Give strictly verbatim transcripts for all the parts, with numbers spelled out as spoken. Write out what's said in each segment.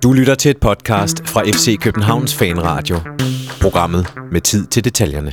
Du lytter til et podcast fra F C Københavns Fanradio. Programmet med tid til detaljerne.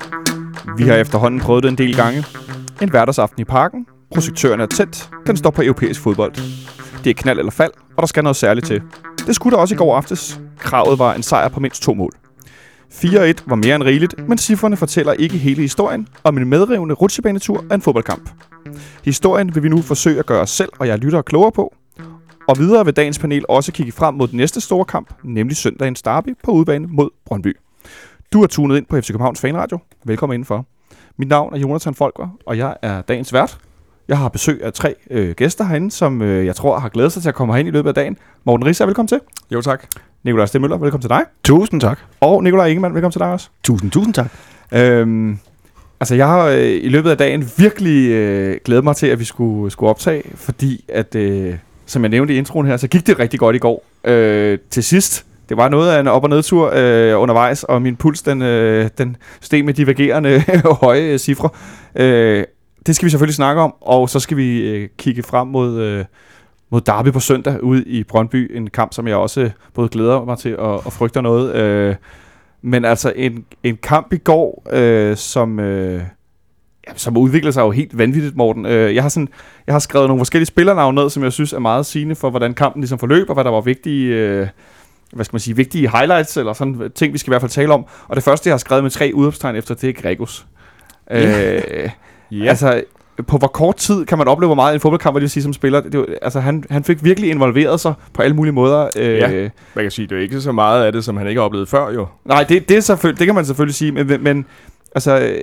Vi har efterhånden prøvet det en del gange. En hverdagsaften i parken. Projektøren er tæt. Den står på europæisk fodbold. Det er knald eller fald, og der skal noget særligt til. Det skulle der også i går aftes. Kravet var en sejr på mindst to mål. fire et var mere end rigeligt, men cifrene fortæller ikke hele historien om en medrivende rutsjebanetur af en fodboldkamp. Historien vil vi nu forsøge at gøre os selv og jeg lytter klogere på. Og videre vil dagens panel også kigge frem mod den næste store kamp, nemlig søndagens derby på udebane mod Brøndby. Du er tunet ind på F C Københavns Fanradio. Velkommen indenfor. Mit navn er Jonathan Folker, og jeg er dagens vært. Jeg har besøg af tre øh, gæster herinde, som øh, jeg tror har glædet sig til at komme herind i løbet af dagen. Morten Risser, velkommen til. Jo, tak. Nikolaj Stemøller, velkommen til dig. Tusind tak. Og Nikolaj Ingemann, velkommen til dig også. Tusind, tusind tak. Øhm, altså, jeg har øh, i løbet af dagen virkelig øh, glædet mig til, at vi skulle, skulle optage, fordi at, øh, som jeg nævnte i introen her, så gik det rigtig godt i går. Øh, til sidst. Det var noget af en op- og nedtur øh, undervejs, og min puls, den, øh, den steg med divergerende høje cifre. Øh, det skal vi selvfølgelig snakke om, og så skal vi øh, kigge frem mod, øh, mod derby på søndag ude i Brøndby. En kamp, som jeg også både glæder mig til og, og frygter noget. Øh, men altså en, en kamp i går, øh, som, øh, ja, som udvikler sig jo helt vanvittigt, Morten. Øh, jeg, har sådan, jeg har skrevet nogle forskellige spillernavne ned, som jeg synes er meget sigende for, hvordan kampen ligesom forløb, og hvad der var vigtige... Øh, hvad skal man sige, vigtige highlights, eller sådan ting, vi skal i hvert fald tale om. Og det første, jeg har skrevet med tre udopstegn efter, det er Gregus. Yeah. Øh, yeah. Altså, på hvor kort tid kan man opleve, hvor meget en fodboldkamp, vil jeg sige, som spiller? Det var, altså, han, han fik virkelig involveret sig på alle mulige måder. Øh, ja, man kan sige, det er ikke så meget af det, som han ikke har oplevet før, jo. Nej, det, det, er selvfølgelig, det kan man selvfølgelig sige, men, men altså...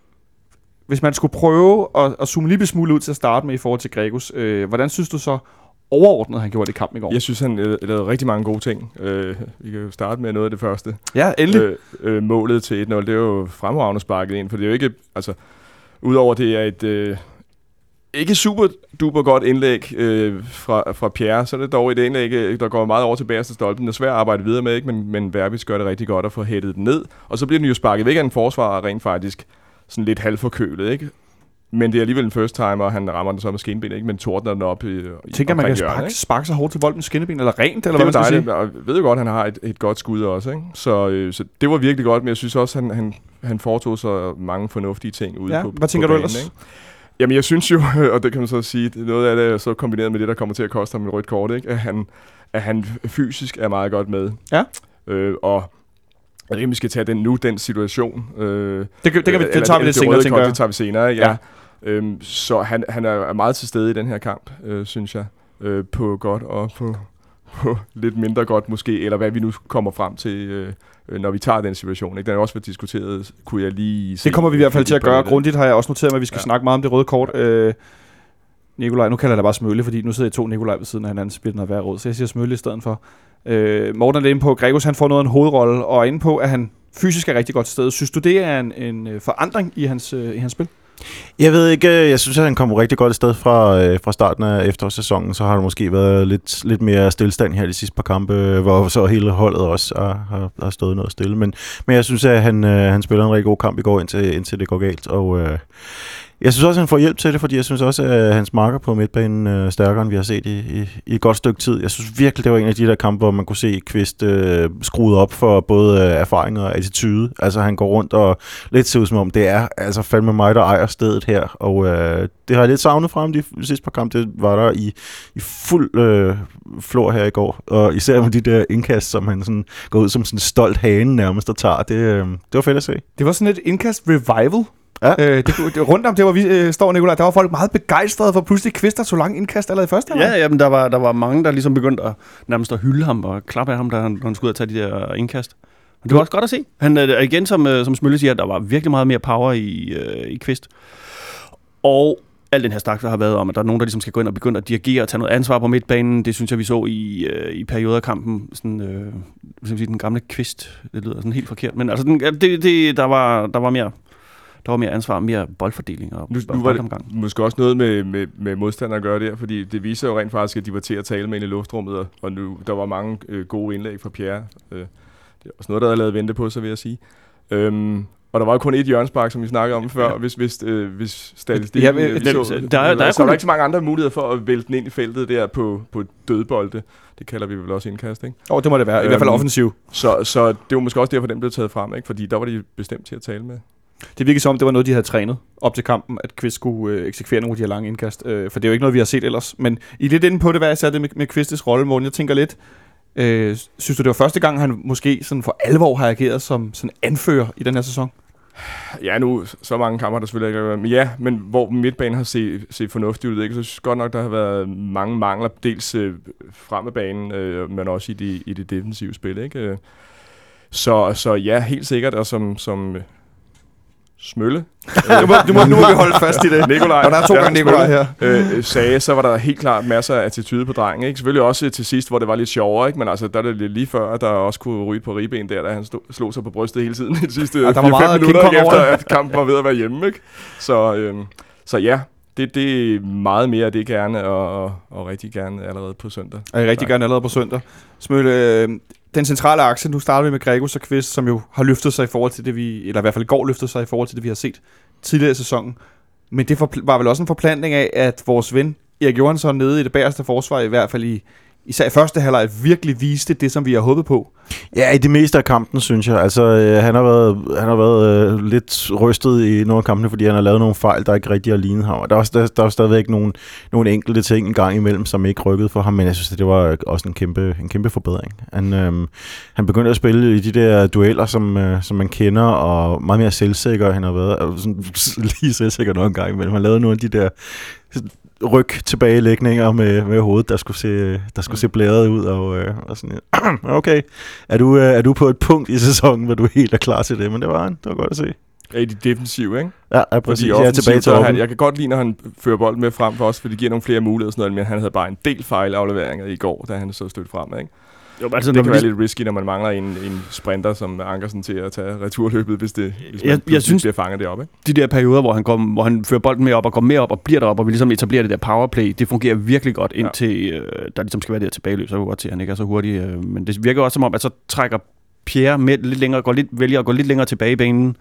Hvis man skulle prøve at, at zoome lige smule ud til at starte med i forhold til Gregus, øh, hvordan synes du så overordnet, han gjorde det i kampen i går? Jeg synes, han lavede rigtig mange gode ting. Øh, vi kan jo starte med noget af det første. Ja, endelig. Øh, øh, målet til et nul, det er jo fremragende sparket ind, for det er jo ikke, altså, udover det er et øh, ikke super duper godt indlæg øh, fra, fra Pierre, så er det dog et indlæg, der går meget over til bagerste stolpen. Det er svært at arbejde videre med, ikke? Men, men Verbis gør det rigtig godt at få hættet den ned, og så bliver den jo sparket væk af en forsvarer rent faktisk sådan lidt halvforkølet, ikke? Men det er alligevel en first timer, og han rammer den så med skinben, ikke? Men tordner den op i tænker man kan sparke, sparke så hårdt til bolden med skinben, eller rent, eller det hvad man skal dejligt. sige? Jeg ved jo godt, at han har et, et godt skud også, ikke? Så, øh, så det var virkelig godt, men jeg synes også, at han, han, han foretog sig mange fornuftige ting ude ja, på hvad tænker på du banen, ellers? Ikke? Jamen jeg synes jo, og det kan man så sige, noget af det er så kombineret med det, der kommer til at koste ham et rødt kort, ikke? At han, at han fysisk er meget godt med. Ja. Øh, og jeg ved ikke, om vi skal tage den nu, den situation. Øh, det, kan, det, kan vi, det tager vi lidt senere, tænker jeg. Det tager vi senere, ja. ja. Øhm, så han, han er meget til stede i den her kamp, øh, synes jeg. Øh, på godt og på, på lidt mindre godt måske, eller hvad vi nu kommer frem til, øh, når vi tager den situation. Ikke? Den er også været diskuteret, kunne jeg lige se. Det kommer vi i hvert fald til at gøre grundigt, har jeg også noteret mig, at vi skal ja. snakke meget om det røde kort. Øh, Nikolaj, nu kalder jeg dig bare Smølle, fordi nu sidder jeg to Nikolaj ved siden af hinanden, så bliver den af hver råd, så jeg siger Smølle i stedet for. Øh, Morten er inde på, Gregus han får noget af en hovedrolle, og er inde på, at han fysisk er rigtig godt til stede. Synes du, det er en, en forandring i hans, øh, i hans spil? Jeg ved ikke, jeg synes, at han kom rigtig godt et sted fra, øh, fra starten af efterårssæsonen. Så har der måske været lidt, lidt mere stillestand her de sidste par kampe, hvor så hele holdet også har, har stået noget stille. Men, men jeg synes, at han, øh, han spiller en rigtig god kamp i går, indtil, indtil det går galt. Og øh, jeg synes også, at han får hjælp til det, fordi jeg synes også, at hans marker på midtbanen er stærkere, end vi har set i, i, i et godt stykke tid. Jeg synes virkelig, det var en af de der kampe, hvor man kunne se Kvist øh, skruet op for både øh, erfaring og attitude. Altså han går rundt og lidt ser ud som om, det er altså fandme mig, der ejer stedet her. Og øh, det har jeg lidt savnet fra ham de sidste par kampe. Det var der i, i fuld øh, flor her i går. Og især med de der indkast, som han sådan går ud som sådan en stolt hane nærmest og tager. Det, øh, det var fedt at se. Det var sådan et indkast revival. Ja. Øh, det, det, rundt om det, hvor vi øh, står, Nikolaj, der var folk meget begejstrede for pludselig Kvist, der så langt indkast allerede i første halvleg. Ja, jamen, der var, der var mange, der ligesom begyndte at nærmest at hylde ham og klappe af ham, da han, når han skulle ud og tage de der indkast. Og det var også godt at se. Han, øh, igen, som, øh, som Smølle siger, der var virkelig meget mere power i, øh, i Kvist. Og al den her snak, der har været om, at der er nogen, der ligesom skal gå ind og begynde at dirigere og tage noget ansvar på midtbanen, det synes jeg, vi så i, øh, i perioder af kampen. Sådan, øh, sige, den gamle Kvist, det lyder sådan helt forkert, men altså, den, det, det, der, var, der var mere... Der var mere ansvar, mere boldfordeling og nu, nu var det måske også noget med, med, med modstandere at gøre der, fordi det viser jo rent faktisk, at de var til at tale med ind i luftrummet, og, og nu, der var mange øh, gode indlæg fra Pierre. Øh, det er også noget, der havde lavet vente på sig, vil jeg sige. Øhm, Og der var jo kun et hjørnespark, som vi snakkede om før, hvis, hvis, øh, hvis statistikken... Ja, Ja, det- så, der- der er- der er så er kun- der ikke så mange andre muligheder for at vælte den ind i feltet der på, på dødbolde. Det kalder vi vel også indkast, ikke? Åh, oh, det må det være. I hvert fald Øhm, offensiv. Så, så det var måske også derfor, den blev taget frem, ikke? Fordi der var de bestemt til at tale med. Det virkede som om, det var noget, de havde trænet op til kampen, at Kvist skulle øh, eksekvere nogle af de her lange indkast. Øh, for det er jo ikke noget, vi har set ellers. Men I er lidt inde på det, hvad jeg sagde med, med Kvistes rolle, Morten. Jeg tænker lidt, øh, synes du, det var første gang, han måske sådan for alvor har ageret som sådan anfører i den her sæson? Ja, nu, så mange kampe har der selvfølgelig ikke været. Men ja, men hvor midtbanen har set, set fornuftigt ud, ikke? Så synes jeg godt nok, der har været mange mangler, dels øh, frem af banen, øh, men også i det, i det defensive spil, ikke? Øh, Så, så ja, helt sikkert, og som, som øh, Smølle. du, må, du må, nu må vi holde fast i det. Nikolaj. Og der er to gange Nikolaj her. Øh, sagde, så var der helt klart masser af attitude på drengen, ikke? Selvfølgelig også til sidst, hvor det var lidt sjovere, ikke? Men altså, der er det lige før, at der også kunne ryge på ribben der, da han stod, slog sig på brystet hele tiden i de sidste Ja, der var fire meget fem minutter, King ikke? Kong Efter over at kampen var ved at være hjemme, ikke? Så, øh, så ja, det, det er meget mere af det gerne, og, og, og rigtig gerne allerede på søndag. Og jeg rigtig Tak. gerne allerede på søndag. Smølle, øh, den centrale akse, nu starter vi med Gregos og Kvist, som jo har løftet sig i forhold til det, vi, eller i hvert fald i går løftet sig i forhold til det, vi har set tidligere i sæsonen. Men det for, var vel også en forplantning af, at vores ven Erik Johansson nede i det bagerste forsvar, i hvert fald i især i første halvleg, virkelig viste det, som vi har håbet på. Ja, i det meste af kampen, synes jeg. Altså, øh, han har været, han har været øh, lidt rystet i nogle af kampene, fordi han har lavet nogle fejl, der ikke rigtig har lignet ham. Og der er, der, der er stadigvæk nogle, nogle enkelte ting en gang imellem, som ikke rykkede for ham, men jeg synes, at det var også en kæmpe, en kæmpe forbedring. Han, øh, han begyndte at spille i de der dueller, som, øh, som man kender, og meget mere selvsikker, han har været. Øh, sådan, lige selvsikker nok en gang imellem. Han lavede nogle af de der ryg tilbagelægninger med, med hovedet, der skulle se, der skulle se blæret ud, og, øh, og sådan, okay, er du, øh, er du på et punkt i sæsonen, hvor du helt er klar til det, men det var han, det var godt at se. Ja, i de defensive, ikke? Ja, ja præcis, Fordi jeg er tilbage til han, Robben. jeg kan godt lide, når han fører bolden med frem for os, for det giver nogle flere muligheder og sådan noget, men han havde bare en del fejlafleveringer i går, da han så stødte frem, ikke? Jo, altså, Det når kan vi- være lidt risky, når man mangler en, en sprinter som Ankersen til at tage returløbet, hvis, det, hvis man Jeg- jeg synes- bliver fanget deroppe, ikke? de der perioder, hvor han, går, hvor han fører bolden mere op og går mere op og bliver deroppe, og vi ligesom etablerer det der powerplay, det fungerer virkelig godt, indtil øh, der ligesom skal være det der tilbageløb, så er det godt til, at han ikke er så hurtig. Øh, men det virker også som om, at så trækker Pierre med lidt længere, går lidt, vælger at gå lidt længere tilbage i banen,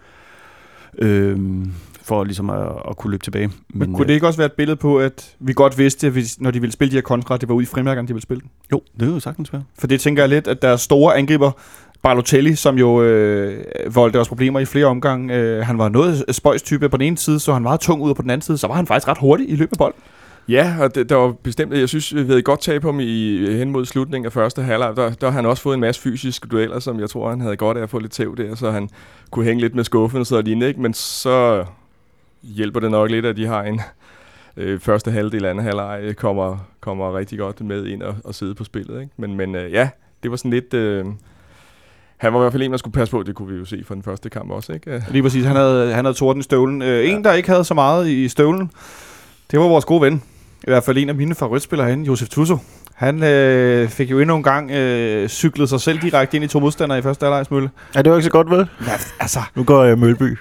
øh, for ligesom at, at kunne løbe tilbage. Men kunne det ikke også være et billede på, at vi godt vidste, at vi, når de ville spille de her kontra, det var ude i frimærkerne, de ville spille den? Jo, det er jo sagtens være. For det tænker jeg lidt, at der er store angriber, Balotelli, som jo øh, voldte os problemer i flere omgange. Øh, han var noget spøjstype på den ene side, så han var tung ud, og på den anden side, så var han faktisk ret hurtig i løbet af bolden. Ja, og det, der var bestemt, jeg synes, vi havde godt tag på ham i, hen mod slutningen af første halvleg. Der, der har han også fået en masse fysiske dueller, som jeg tror, han havde godt af at få lidt tæv der, så han kunne hænge lidt med skuffen og så lignende, ikke? Men så hjælper det nok lidt, at de har en øh, første halvdel af anden halvleg kommer, kommer rigtig godt med ind og, og sidde på spillet, ikke? Men, men øh, ja, det var sådan lidt... Øh, han var i hvert fald en, der skulle passe på, det kunne vi jo se fra den første kamp også, ikke? Lige præcis, han havde, han havde torden i støvlen. Øh, en, der ikke havde så meget i støvlen, det var vores gode ven. I hvert fald en af mine favoritspillere herinde, Josef Tusso. Han øh, fik jo endnu en gang øh, cyklet sig selv direkte ind i to modstandere i første halvleg, Smølle. Ja, det var ikke så godt, vel? Ja, altså, Nu går jeg Mølby. øh,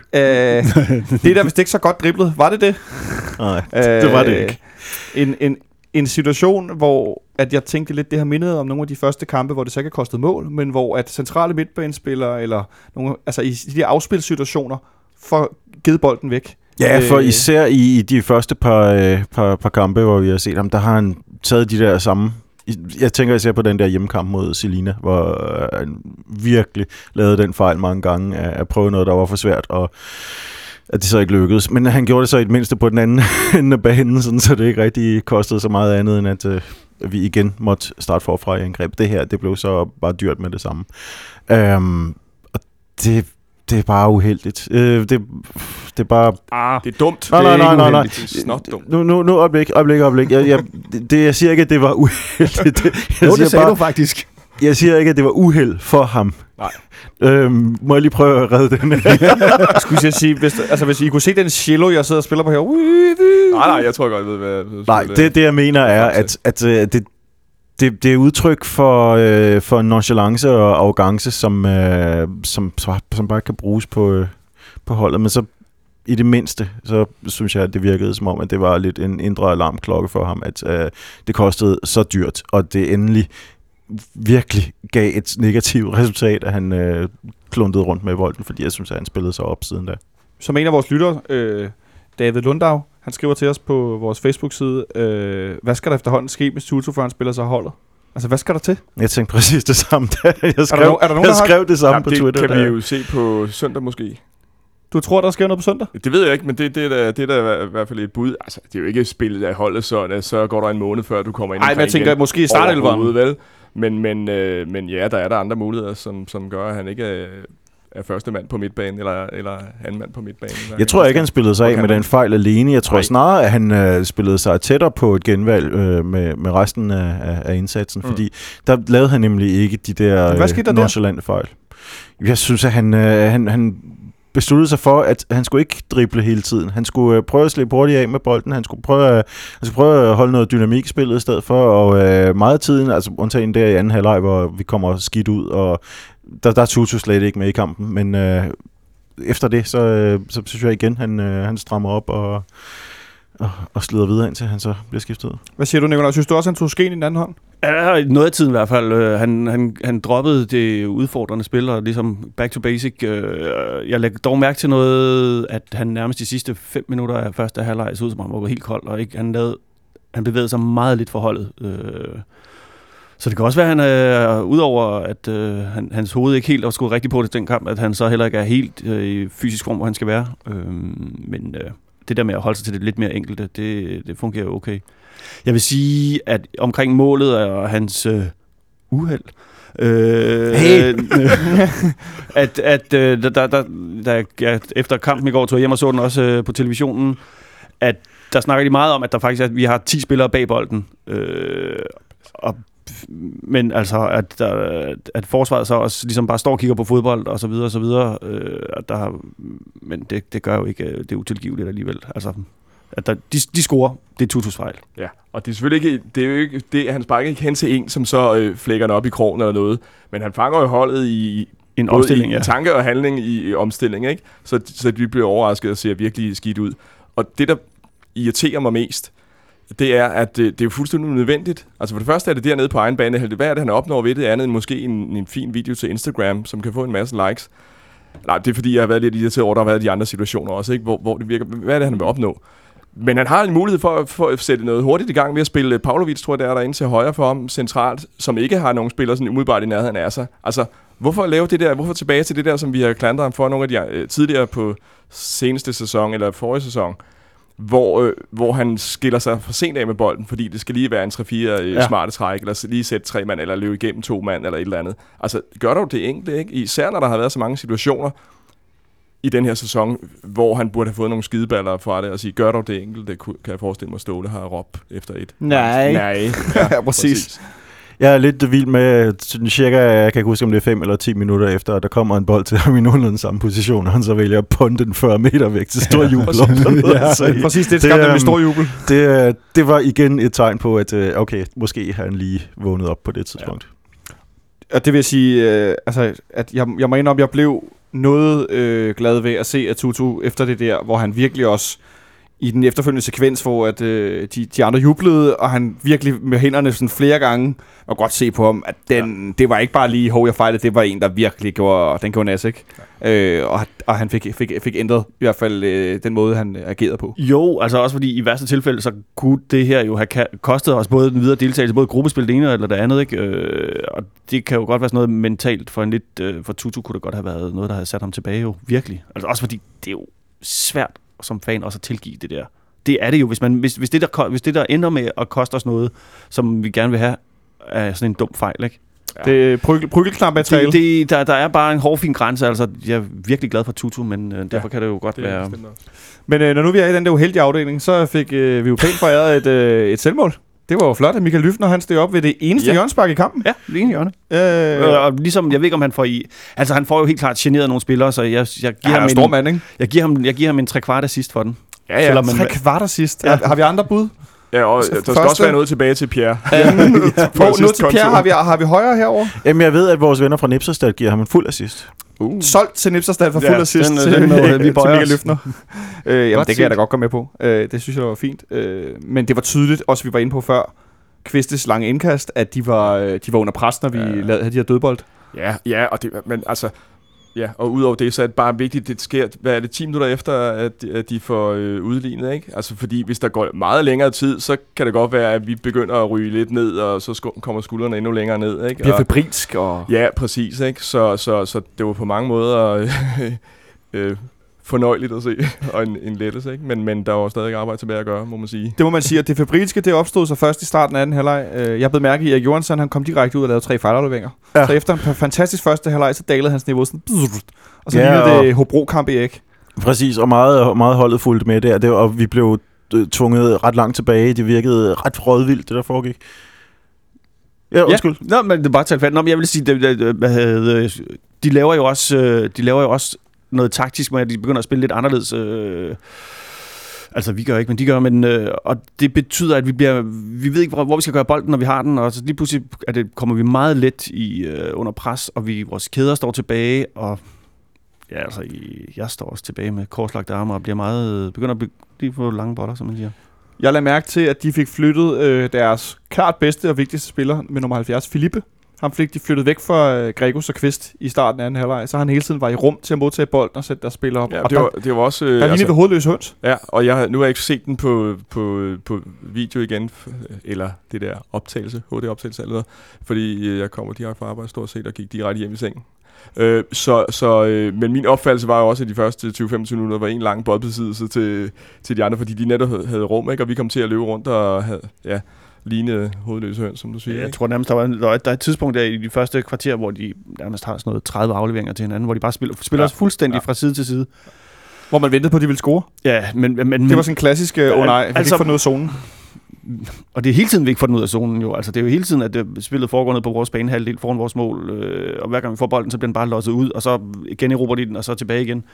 det er da vist ikke så godt driblet. Var det det? Nej, det var det ikke. En, en, en situation, hvor at jeg tænkte lidt, det har mindet om nogle af de første kampe, hvor det så ikke har kostet mål, men hvor at centrale midtbanespillere, eller nogle, altså i de her afspilsituationer, får givet bolden væk. Ja, for Øh, især i, i de første par, øh, par, par kampe, hvor vi har set ham, der har han taget de der samme... Jeg tænker især på den der hjemmekamp mod Selina, hvor øh, han virkelig lavede den fejl mange gange, at, at prøve noget, der var for svært, og at det så ikke lykkedes. Men han gjorde det så i det mindste på den anden ende af banen, sådan, så det ikke rigtig kostede så meget andet, end at øh, vi igen måtte starte forfra i angreb. Det her, det blev så bare dyrt med det samme. Øhm, og det... Det er bare uheldigt. Øh, det, det er bare... Ah, Det er dumt. Nej, det er nej, ikke nej, nej, nej. uheldigt. Det er snot dumt. Nu, nu, nu øjeblik, øjeblik, øjeblik. Jeg, jeg, det, jeg siger ikke, at det var uheldigt. Det, jeg, jo, siger det sagde bare, du faktisk. jeg siger ikke, at det var uheld for ham. Nej. Øhm, må jeg lige prøve at redde den? Skulle jeg sige, hvis, altså hvis I kunne se den cello, jeg sidder og spiller på her. Nej, nej, jeg tror godt, jeg ved, hvad... hvad Nej, det, det jeg mener er, at, at, at det, det, det er udtryk for, øh, for en nonchalance og arrogance, som, øh, som, som bare kan bruges på, øh, på holdet. Men så i det mindste, så synes jeg, at det virkede som om, at det var lidt en indre alarmklokke for ham, at øh, det kostede så dyrt, og det endelig virkelig gav et negativt resultat, at han øh, kluntede rundt med bolden, fordi jeg synes, at han spillede sig op siden da. Som en af vores lyttere, øh, David Lundau, han skriver til os på vores Facebook-side, øh, hvad skal der efterhånden ske med Tutu, før han spiller sig holdet? Altså, hvad skal der til? Jeg tænkte præcis det samme, da jeg skrev, er der, er der nogen, jeg skrev det samme Jamen, på det Twitter. kan vi der. jo se på søndag måske. Du tror, der sker noget på søndag? Det ved jeg ikke, men det, det, er, da, det er da i hvert fald et bud. Altså, det er jo ikke spillet af holdet, så, at så går der en måned, før du kommer ind. Nej, men jeg tænker, måske i startelveren. Vel? Men, men, øh, men ja, der er der andre muligheder, som, som gør, at han ikke er, er første mand på midtbanen, eller, eller anden mand på midtbanen. Jeg tror ikke, han spillede sig af med den fejl alene. Jeg tror Nej. snarere, at han øh, spillede sig tættere på et genvalg øh, med, med resten af, af indsatsen, mm. fordi der lavede han nemlig ikke de der øh, nonchalante fejl. Jeg synes, at han, øh, han, han besluttede sig for, at han skulle ikke drible hele tiden. Han skulle øh, prøve at slippe hurtigt af med bolden. Han skulle prøve, øh, han skulle prøve at holde noget dynamik i spillet i stedet for. Og øh, meget af tiden, altså undtagen der i anden halvleg, hvor vi kommer skidt ud, og der, der er Tutu slet ikke med i kampen. Men øh, efter det, så, øh, så synes jeg igen, han, øh, han strammer op og, og, og slider videre, indtil han så bliver skiftet ud. Hvad siger du, Nicolaj? Synes du også, han tog skeen i den anden hånd? Ja, noget af tiden i hvert fald. Uh, han, han, han droppede det udfordrende spil, og ligesom back to basic. Uh, jeg lægger dog mærke til noget, at han nærmest de sidste fem minutter af første halvleg så ud som om han var helt kold, og ikke, han, lavede, han bevægede sig meget lidt for holdet. Uh, så det kan også være, at han er, uh, udover at uh, han, hans hoved ikke helt var skudt rigtigt på det den kamp, at han så heller ikke er helt uh, i fysisk form, hvor han skal være. Uh, men uh, det der med at holde sig til det lidt mere enkelte, det, det fungerer jo okay. Jeg vil sige, at omkring målet og hans øh, uheld, øh, hey. at, at øh, der, der, der, der, ja, efter kampen i går tog jeg hjem og så den også øh, på televisionen, at der snakker de meget om, at der faktisk er, at vi har ti spillere bag bolden. Øh, og, men altså, at, der, at forsvaret så også ligesom bare står og kigger på fodbold og så videre og så videre. Øh, der har, men det, det gør jo ikke, det er utilgiveligt alligevel. Altså, at der, de, de scorer, det er Tutus fejl. Ja, og det er selvfølgelig ikke, det er jo ikke, det, han sparker ikke hen til en, som så øh, flækker den op i krogen eller noget, men han fanger jo holdet i en omstilling, i, ja. i tanke og handling i, i omstilling, ikke? Så, så vi bliver overrasket og ser virkelig skidt ud. Og det, der irriterer mig mest, det er, at det, det er jo fuldstændig nødvendigt. Altså for det første er det dernede på egen bane. Hvad er det, han opnår ved det andet end måske en, en fin video til Instagram, som kan få en masse likes? Nej, det er fordi, jeg har været lidt irriteret over, at der har været de andre situationer også, ikke? Hvor, hvor det virker. Hvad er det, han vil opnå? Men han har en mulighed for, for at sætte noget hurtigt i gang ved at spille Pavlovic, tror jeg, der er derinde til højre for ham, centralt, som ikke har nogen spillere sådan umiddelbart i nærheden af sig. Altså, hvorfor lave det der? Hvorfor tilbage til det der, som vi har klandret ham for nogle af de øh, tidligere på seneste sæson, eller forrige sæson, hvor, øh, hvor han skiller sig for sent af med bolden, fordi det skal lige være en tre fire øh, ja. smarte træk, eller lige sætte tre mand, eller løbe igennem to mand, eller et eller andet. Altså, gør dog det enkelt, ikke? Især når der har været så mange situationer i den her sæson, hvor han burde have fået nogle skideballer fra det, og sige, gør dog det enkelt, det kan jeg forestille mig, Ståle har råbt efter et. Nej. Nej. Ja, ja, præcis. Jeg er lidt vild med, sådan cirka, jeg kan ikke huske, om det er fem eller ti minutter efter, at der kommer en bold til ham i nogenlunde samme position, og han så vælger at punte den fyrre meter væk til stor jubel. Ja, så præcis, det skabte nemlig stor jubel. Det, det var igen et tegn på, at okay, måske har han lige vågnet op på det tidspunkt. Ja. Og det vil jeg sige, øh, altså, at jeg, jeg må indrømme, jeg blev noget øh, glad ved at se at Tutu efter det der, hvor han virkelig også i den efterfølgende sekvens, hvor at, øh, de, de andre jublede, og han virkelig med hænderne sådan flere gange, og godt se på ham, at den, ja. det var ikke bare lige, hov, jeg fejlede, det var en, der virkelig gjorde, den gjorde nas, ikke? Ja. Øh, og, og han fik, fik, fik ændret i hvert fald øh, den måde, han agerede på. Jo, altså også fordi i værste tilfælde, så kunne det her jo have kostet os både den videre deltagelse, både gruppespil det ene eller det andet, ikke? Øh, og det kan jo godt være sådan noget mentalt for en lidt, øh, for Tutu kunne det godt have været noget, der havde sat ham tilbage jo, virkelig. Altså også fordi det er jo svært som fan også at tilgive det der. Det er det jo, hvis, man, hvis, hvis, det, der, hvis det der ender med at koste os noget, som vi gerne vil have, er sådan en dum fejl, ikke? Ja. Det er prykel, prygelknap materiale. Det, det, der, der er bare en hårfin grænse, altså jeg er virkelig glad for Tutu, men øh, derfor ja, kan det jo godt det være... Men øh, når nu vi er i den der uheldige afdeling, så fik øh, vi jo pænt foræret et, øh, et selvmål. Det var jo flot, at Michael Lyftner, han stod op ved det eneste ja. hjørnespark i kampen. Ja, det ene hjørne. Øh, og ligesom, jeg ved ikke, om han får i... Altså, han får jo helt klart generet nogle spillere, så jeg, jeg giver ja, ham stor en... mand, ikke? Jeg giver ham, jeg giver ham en tre kvart assist for den. Ja, ja. Man, tre kvart assist. Ja. Har, har vi andre bud? Ja, og der skal første... også være noget tilbage til Pierre. Noget til Pierre har vi, har vi højere herover. Jamen, jeg ved, at vores venner fra Nipserstad giver ham en fuld assist. Uh. Solgt til Nipserstad for fuld ja, assist den, til, den, den, til, vi til Michael Lyftner. øh, jamen, det kan jeg da godt komme med på. Øh, det synes jeg var fint. Øh, men det var tydeligt, også vi var inde på før, Kvistes lange indkast, at de var, øh, de var under pres, når vi ja. lavede, havde de her dødbold. Ja, ja, og det, men altså, ja, og udover det, så er det bare vigtigt, det sker, hvad er det, ti minutter efter, at, at de får øh, udlignet, ikke? Altså, fordi hvis der går meget længere tid, så kan det godt være, at vi begynder at ryge lidt ned, og så sku- kommer skuldrene endnu længere ned, ikke? Bliver febrilsk og... Ja, præcis, ikke? Så, så, så det var på mange måder øh, øh, fornøjeligt at se, og en, en lettelse, ikke? Men, men der var stadig arbejde tilbage at gøre, må man sige. Det må man sige, at det febrilske, det opstod så først i starten af anden halvleg. Jeg blev mærke i, at Johansson, han kom direkte ud og lavede tre fejlafleveringer. Ja. Så efter en fantastisk første halvleg, så dalede hans niveau sådan... Og så ja, lignede det Hobro-kamp i æg. Præcis, og meget, meget holdet fulgte med der, det var, og vi blev tvunget ret langt tilbage. Det virkede ret rådvildt, det der foregik. Ja, undskyld. Ja, nå, men det er bare talt fat. Nå, men jeg vil sige, det, det, hvad havde, de laver jo også, de laver jo også noget taktisk, med at de begynder at spille lidt anderledes. Øh, altså, vi gør ikke, men de gør, men øh, og det betyder, at vi bliver, vi ved ikke, hvor vi skal gøre bolden, når vi har den, og så lige pludselig er det, kommer vi meget let i, øh, under pres, og vi, vores kæder står tilbage, og ja, altså, jeg står også tilbage med korslagte arme, og bliver meget, begynder at blive få lange boller, som man siger. Jeg lagde mærke til, at de fik flyttet øh, deres klart bedste og vigtigste spiller med nummer halvfjerds, Filippe. Ham fik de flyttet væk fra øh, Gregos og Kvist i starten af anden halvleg, så han hele tiden var i rum til at modtage bolden og sætte deres spillere op. Ja, og det, der, var, det var også... Øh, der lignede altså, ved hovedløs høns. Ja, og jeg, nu har jeg ikke set den på, på, på video igen, eller det der optagelse, H D-optagelse eller noget, fordi jeg kommer direkte fra arbejde stort set og gik direkte hjem i sengen. Øh, så, så, øh, men min opfattelse var jo også, at de første tyve til femogtyve minutter var en lang boldbesiddelse til, til de andre, fordi de netop havde, havde rum, ikke? Og vi kom til at løbe rundt og havde, ja, lignede hovedløse høns, som du siger. Ja, jeg ikke? tror nærmest, der var, der, var et, der er et tidspunkt der i de første kvarter, hvor de nærmest har sådan noget tredive afleveringer til hinanden, hvor de bare spiller, spiller ja. fuldstændig ja. fra side til side. Hvor man ventede på, at de ville score. Ja, men... men det var sådan en klassisk, åh oh, nej, vi altså, ikke få noget af zonen. Og det er hele tiden, vi ikke får den ud af zonen jo. Altså, det er jo hele tiden, at det, spillet foregår ned på vores banehalvdel foran vores mål, øh, og hver gang vi får bolden, så bliver den bare losset ud, og så igen erobrer de den, og så tilbage igen,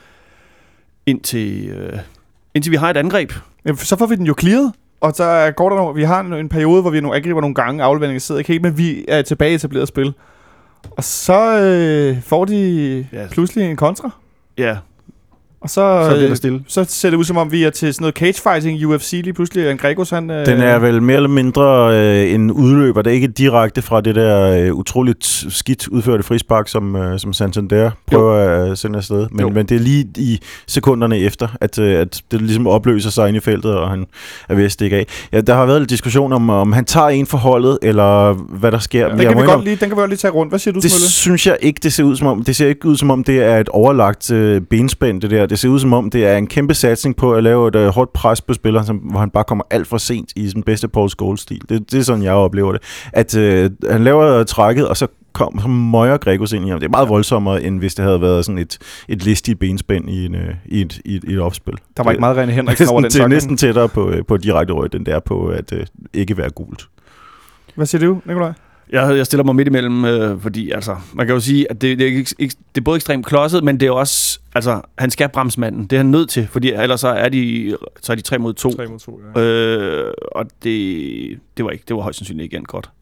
indtil, øh, indtil vi har et angreb. Ja, så får vi den jo clearet, og så går der nogle, vi har en, en periode, hvor vi nogle angriber nogle gange, afleveringer sidder ikke helt, men vi er tilbage i etableret spil. Og så øh, får de ja. pludselig en kontra. Ja. Og så, så, øh, stille. så ser det ud som om, vi er til sådan noget cagefighting, U F C lige pludselig. En Gregos, han... Øh... Den er vel mere eller mindre øh, en udløber. Det er ikke direkte fra det der øh, utroligt skidt udførte frispark, som, øh, som Santander prøver jo. at sende afsted. Men, men det er lige i sekunderne efter, at, øh, at det ligesom opløser sig ind i feltet, og han er ved at stikke af. Ja, der har været en diskussion om, om han tager en for holdet, eller hvad der sker. Ja, den, kan vi godt lige, den kan vi godt lige tage rundt. Hvad siger du, Det Smølle? synes jeg ikke, det ser ud som om. Det ser ikke ud som om, det er et overlagt øh, benspænd, det der. Det ser ud som om, det er en kæmpe satsning på at lave et uh, hårdt pres på spilleren, som, hvor han bare kommer alt for sent i sin bedste Paul Scholes-stil. Det, det er sådan, jeg oplever det. At uh, han laver trækket, og så kom så møjer Gregos ind i ham. Det er meget voldsommere, end hvis det havde været sådan et, et listigt benspænd i, en, uh, i, et, i, et, i et opspil. Der var ikke meget René Henriksen over den Det er næsten tættere på, på direkte rødt, end det er på at uh, ikke være gult. Hvad siger du, Nikolaj? Jeg, jeg stiller mig midt imellem, øh, fordi altså, man kan jo sige, at det, det, er, ikke, ikke, det er både ekstremt klodset, men det er også, altså, han skal bremse manden. Det er han nødt til, fordi ellers så er de, så er de tre mod to. tre mod to, ja. Øh, og det, det var ikke, det var højst sandsynligt igen godt.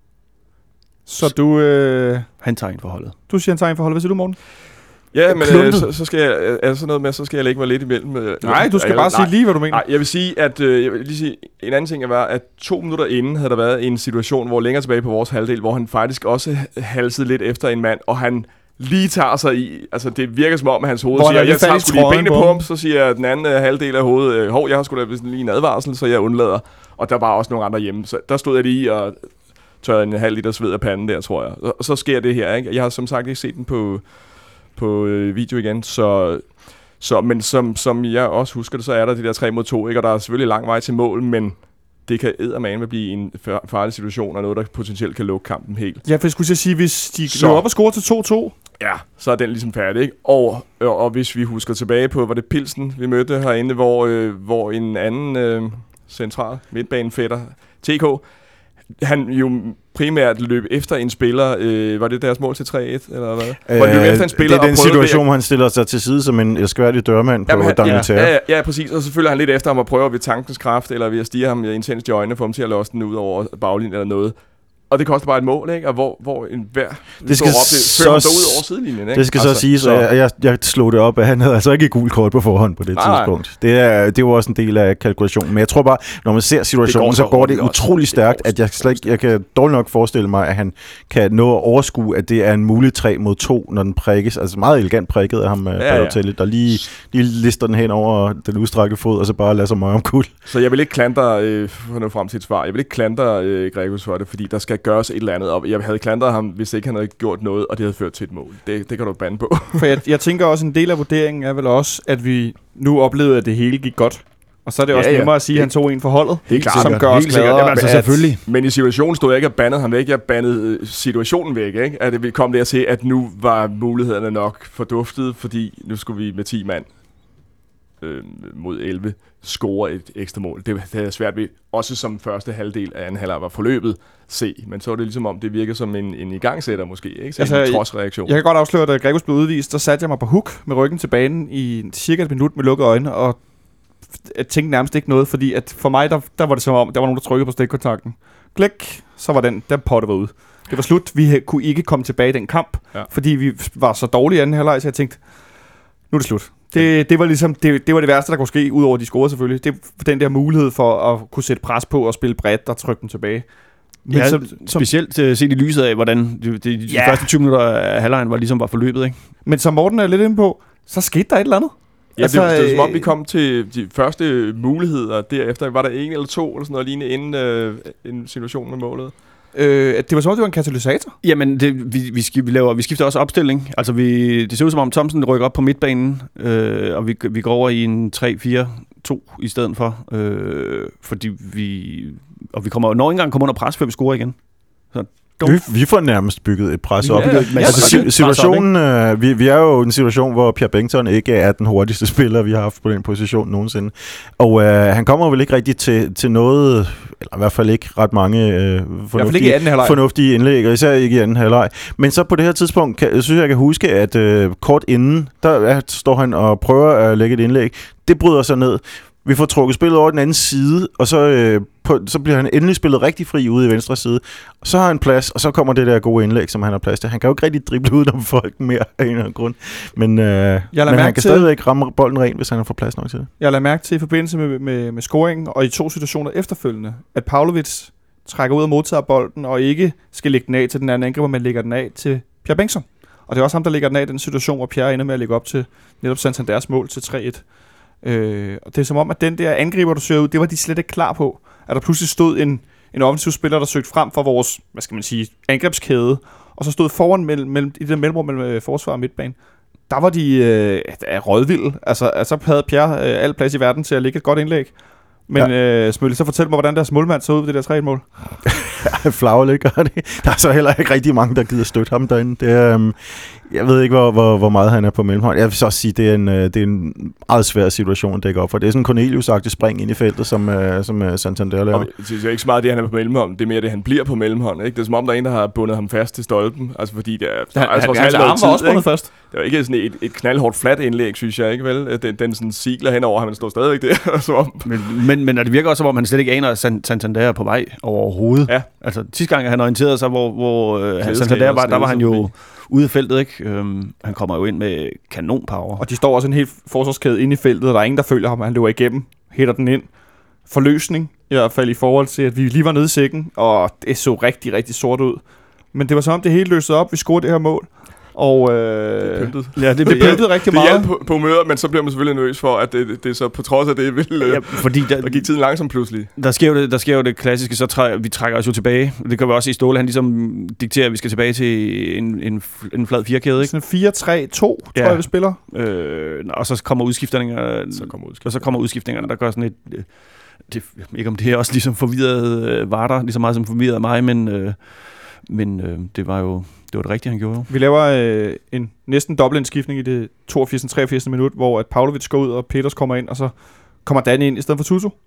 Så du... Øh... Han tager en forholdet. Du siger, han tager en forholdet. Hvad siger du, Morten? Ja, men øh, så, så skal jeg, er sådan noget med, så skal jeg lægge mig lidt imellem. Øh, nej, du skal jeg, bare nej, sige lige, hvad du mener. Nej, jeg vil sige, at øh, jeg vil lige sige, en anden ting var, at to minutter inden havde der været en situation, hvor længere tilbage på vores halvdel, hvor han faktisk også halsede lidt efter en mand, og han lige tager sig i, altså det virker som om, at hans hoved hvor siger, jeg tager sgu lige benene på ham, på så siger den anden øh, halvdel af hovedet, øh, hov, jeg har sgu da lige en advarsel, så jeg undlader. Og der var også nogle andre hjemme, så der stod jeg lige og tørrede en halv liter sved af panden der, tror jeg. Og så sker det her, ikke? Jeg har som sagt ikke set den på... på øh, video igen, så, så men som, som jeg også husker det, så er der de der tre mod to, ikke? Og der er selvfølgelig lang vej til mål, men det kan eddermame blive en farlig situation, og noget, der potentielt kan lukke kampen helt. Ja, for jeg skulle sige, hvis de så, løber op og scorer til to to, ja, så er den ligesom færdig, ikke? Og, og, og hvis vi husker tilbage på, var det Pilsen, vi mødte herinde, hvor, øh, hvor en anden øh, central midtbanefætter, T K, han jo primært løb efter en spiller. Øh, var det deres mål til tre et, eller hvad? Øh, var det løb efter en spiller, det er den situation, hvor han stiller sig til side som en elskværdig dørmand på Dangleterre. Ja, ja, ja, præcis. Og så følger han lidt efter ham og prøver ved tankens kraft, eller ved at stige ham intenst i øjnene, for ham til at låse den ud over baglinjen eller noget. Og det koster bare et mål, ikke? Og hvor, hvor en hver det skal op, det så fører ham ud over sidelinjen, ikke? Det skal altså, så siges, at jeg, jeg slog det op, at han havde altså ikke et gult kort på forhånd på det nej, tidspunkt. Det er, det er jo også en del af kalkulationen. Men jeg tror bare, når man ser situationen, går så, så går det utrolig stærkt, at jeg, slet ikke, jeg kan dårligt nok forestille mig, at han kan nå at overskue, at det er en mulig tre mod to, når den prikkes. Altså meget elegant prikket af ham, ja, Balotelli, ja. der lige, lige lister den hen over den udstrakte fod, og så bare lader sig møge om kul. Så jeg vil ikke klandre, øh, for at nå frem til et svar, jeg vil ikke klandre øh, Gregus for det, fordi der skal gøres et eller andet op. Jeg havde klandret ham, hvis ikke han havde gjort noget, og det havde ført til et mål. Det, det kan du bande på. For jeg, jeg tænker også, en del af vurderingen er vel også, at vi nu oplevede, at det hele gik godt. Og så er det ja, også nemmere ja. at sige, at han tog en for holdet. Det er klart. Som gør os gladere. Altså, selvfølgelig. Men i situationen stod jeg ikke og bandede ham væk. Jeg bandede situationen væk. Ikke? At vi kom der til, at nu var mulighederne nok forduftet, fordi nu skulle vi med ti mand øh, mod elleve score et ekstra mål. Det, det er svært ved, også som første halvdel af anden halvleg var forløbet, se. Men så var det ligesom om, det virker som en, en igangsætter måske, ikke? Så altså, en trodsreaktion. Jeg kan godt afsløre, at da Gregus blev udvist, så satte jeg mig på hook med ryggen til banen i cirka et minut med lukkede øjne, og jeg tænkte nærmest ikke noget, fordi at for mig, der, der var det som om, der var nogen, der trykkede på stikkontakten. Klik, så var den, den potte var ude. Det var slut. Vi kunne ikke komme tilbage i den kamp, ja. fordi vi var så dårlige i anden halvleg, så jeg tænkte, nu er det slut. Det, det var ligesom det, det var det værste, der kunne ske, udover de scorede selvfølgelig. Det var den der mulighed for at kunne sætte pres på og spille bredt og trykke dem tilbage. Men ja, som, som, specielt uh, set i lyset af, hvordan de, de, de ja. første tyve minutter af halvlegen var ligesom var forløbet, ikke? Men som Morten er lidt inde på, så skete der et eller andet. Ja, altså, det, det var som om vi kom til de første muligheder derefter. Var der en eller to eller sådan noget lignende inden øh, en situation med målet? Øh, det var som om, det var en katalysator. Jamen, det, vi, vi, sk- vi, laver, vi skifter også opstilling. Altså, vi, det ser ud som om Thomsen rykker op på midtbanen, øh, og vi, vi går over i en tre fire to i stedet for. Øh, fordi vi... Og vi kommer, når ikke engang kommer under pres, før vi scorer igen. Så Vi, vi får nærmest bygget et pres op. Ja, ja, ja. Altså, si- situationen, øh, vi, vi er jo i en situation, hvor Pierre Bengtsson ikke er den hurtigste spiller, vi har haft på den position nogensinde. Og øh, han kommer vel ikke rigtig til, til noget, eller i hvert fald ikke ret mange øh, fornuftige, fornuftige indlæg, og især ikke i anden halvleg. Men så på det her tidspunkt, kan, synes jeg, jeg kan huske, at øh, kort inden, der er, står han og prøver at lægge et indlæg. Det bryder sig ned. Vi får trukket spillet over den anden side, og så, øh, på, så bliver han endelig spillet rigtig fri ude i venstre side. Og så har han plads, og så kommer det der gode indlæg, som han har plads til. Han kan jo ikke rigtig drible udenom folk mere af en eller anden grund. Men, øh, men han kan til, stadigvæk ramme bolden ren, hvis han har fået plads nok til det. Jeg lader mærke til i forbindelse med, med, med scoringen, og i to situationer efterfølgende, at Pavlovic trækker ud og modtager bolden, og ikke skal lægge den af til den anden angriber, men lægger den af til Pierre Bengtsson. Og det er også ham, der lægger den af i den situation, hvor Pierre ender med at lægge op til netop Santanders mål til tre et. Øh, og det er som om, at den der angriber, du søger ud, det var de slet ikke klar på. At der pludselig stod en, en offensiv spiller, der søgte frem for vores, hvad skal man sige, angrebskæde, og så stod foran mellem, mellem, i det mellemrum mellem forsvar og midtbane. Der var de øh, rådvilde. Altså, altså havde Pierre øh, al plads i verden til at lægge et godt indlæg. Men ja. øh, Smølle, så fortæl mig, hvordan deres målmand så ud ved det der tre et-mål. Flagre lidt gør det. Der er så heller ikke rigtig mange, der gider støtte ham derinde. Det er, um, jeg ved ikke, hvor, hvor, hvor meget han er på mellemhånd. Jeg vil så sige, det er en, det er en meget svær situation at dække op for. Det er sådan en Cornelius-agtig spring ind i feltet, som, uh, som Santander laver. Det er ikke så meget det, han er på mellemhånd. Det er mere det, han bliver på mellemhånd. Ikke? Det er som om, der er en, der har bundet ham fast til stolpen. Altså fordi det er... Han, altså, han, hans arm var også bundet fast. Det var ikke sådan et, et knaldhårdt flat indlæg, synes jeg, ikke vel? Den, den sådan sigler henover, han står stadigvæk der. Så om. Men, men, men det virker også, som om han slet ikke aner, at Santander er på vej overhovedet. Ja. Altså sidste gang, han orienterede sig, hvor, hvor øh, Santander var, der var han jo ude i feltet, ikke? Øhm, han kommer jo ind med kanonpower. Og de står også en helt forsvarskæde inde i feltet, og der er ingen, der følger ham. Han løber igennem, hætter den ind. Forløsning, i hvert fald i forhold til, at vi lige var nede i sækken, og det så rigtig, rigtig sort ud. Men det var som om, det hele løsede op. Vi scorede det her mål. Og øh, det pyntede. Ja, det, det pyntede ja, rigtig meget. Det på, på humøret, men så bliver man selvfølgelig nervøs for, at det, det, det så på trods af det vil øh, ja, fordi der, der gik tiden langsomt pludselig. Der sker jo det, der sker jo det klassiske, så træ, vi trækker os jo tilbage. Det kan vi også se i Ståle, han ligesom dikterer, at vi skal tilbage til en, en, en flad firekæde, ikke? Sådan fire tre to, ja. tror jeg, vi spiller. Øh, og så kommer udskiftningerne, så kommer udskiftningerne. og så kommer udskiftningerne, der gør sådan et... Øh, det, ikke om det er også ligesom forvirret øh, var der, lige så meget som forvirret mig, men, øh, men øh, det var jo... Det var det rigtige, han gjorde jo. Vi laver øh, en næsten dobbeltindskiftning i det toogfirs til treogfirs minut, hvor at Pavlovic går ud, og Peters kommer ind, og så kommer Dan ind i stedet for Tutu. Ja.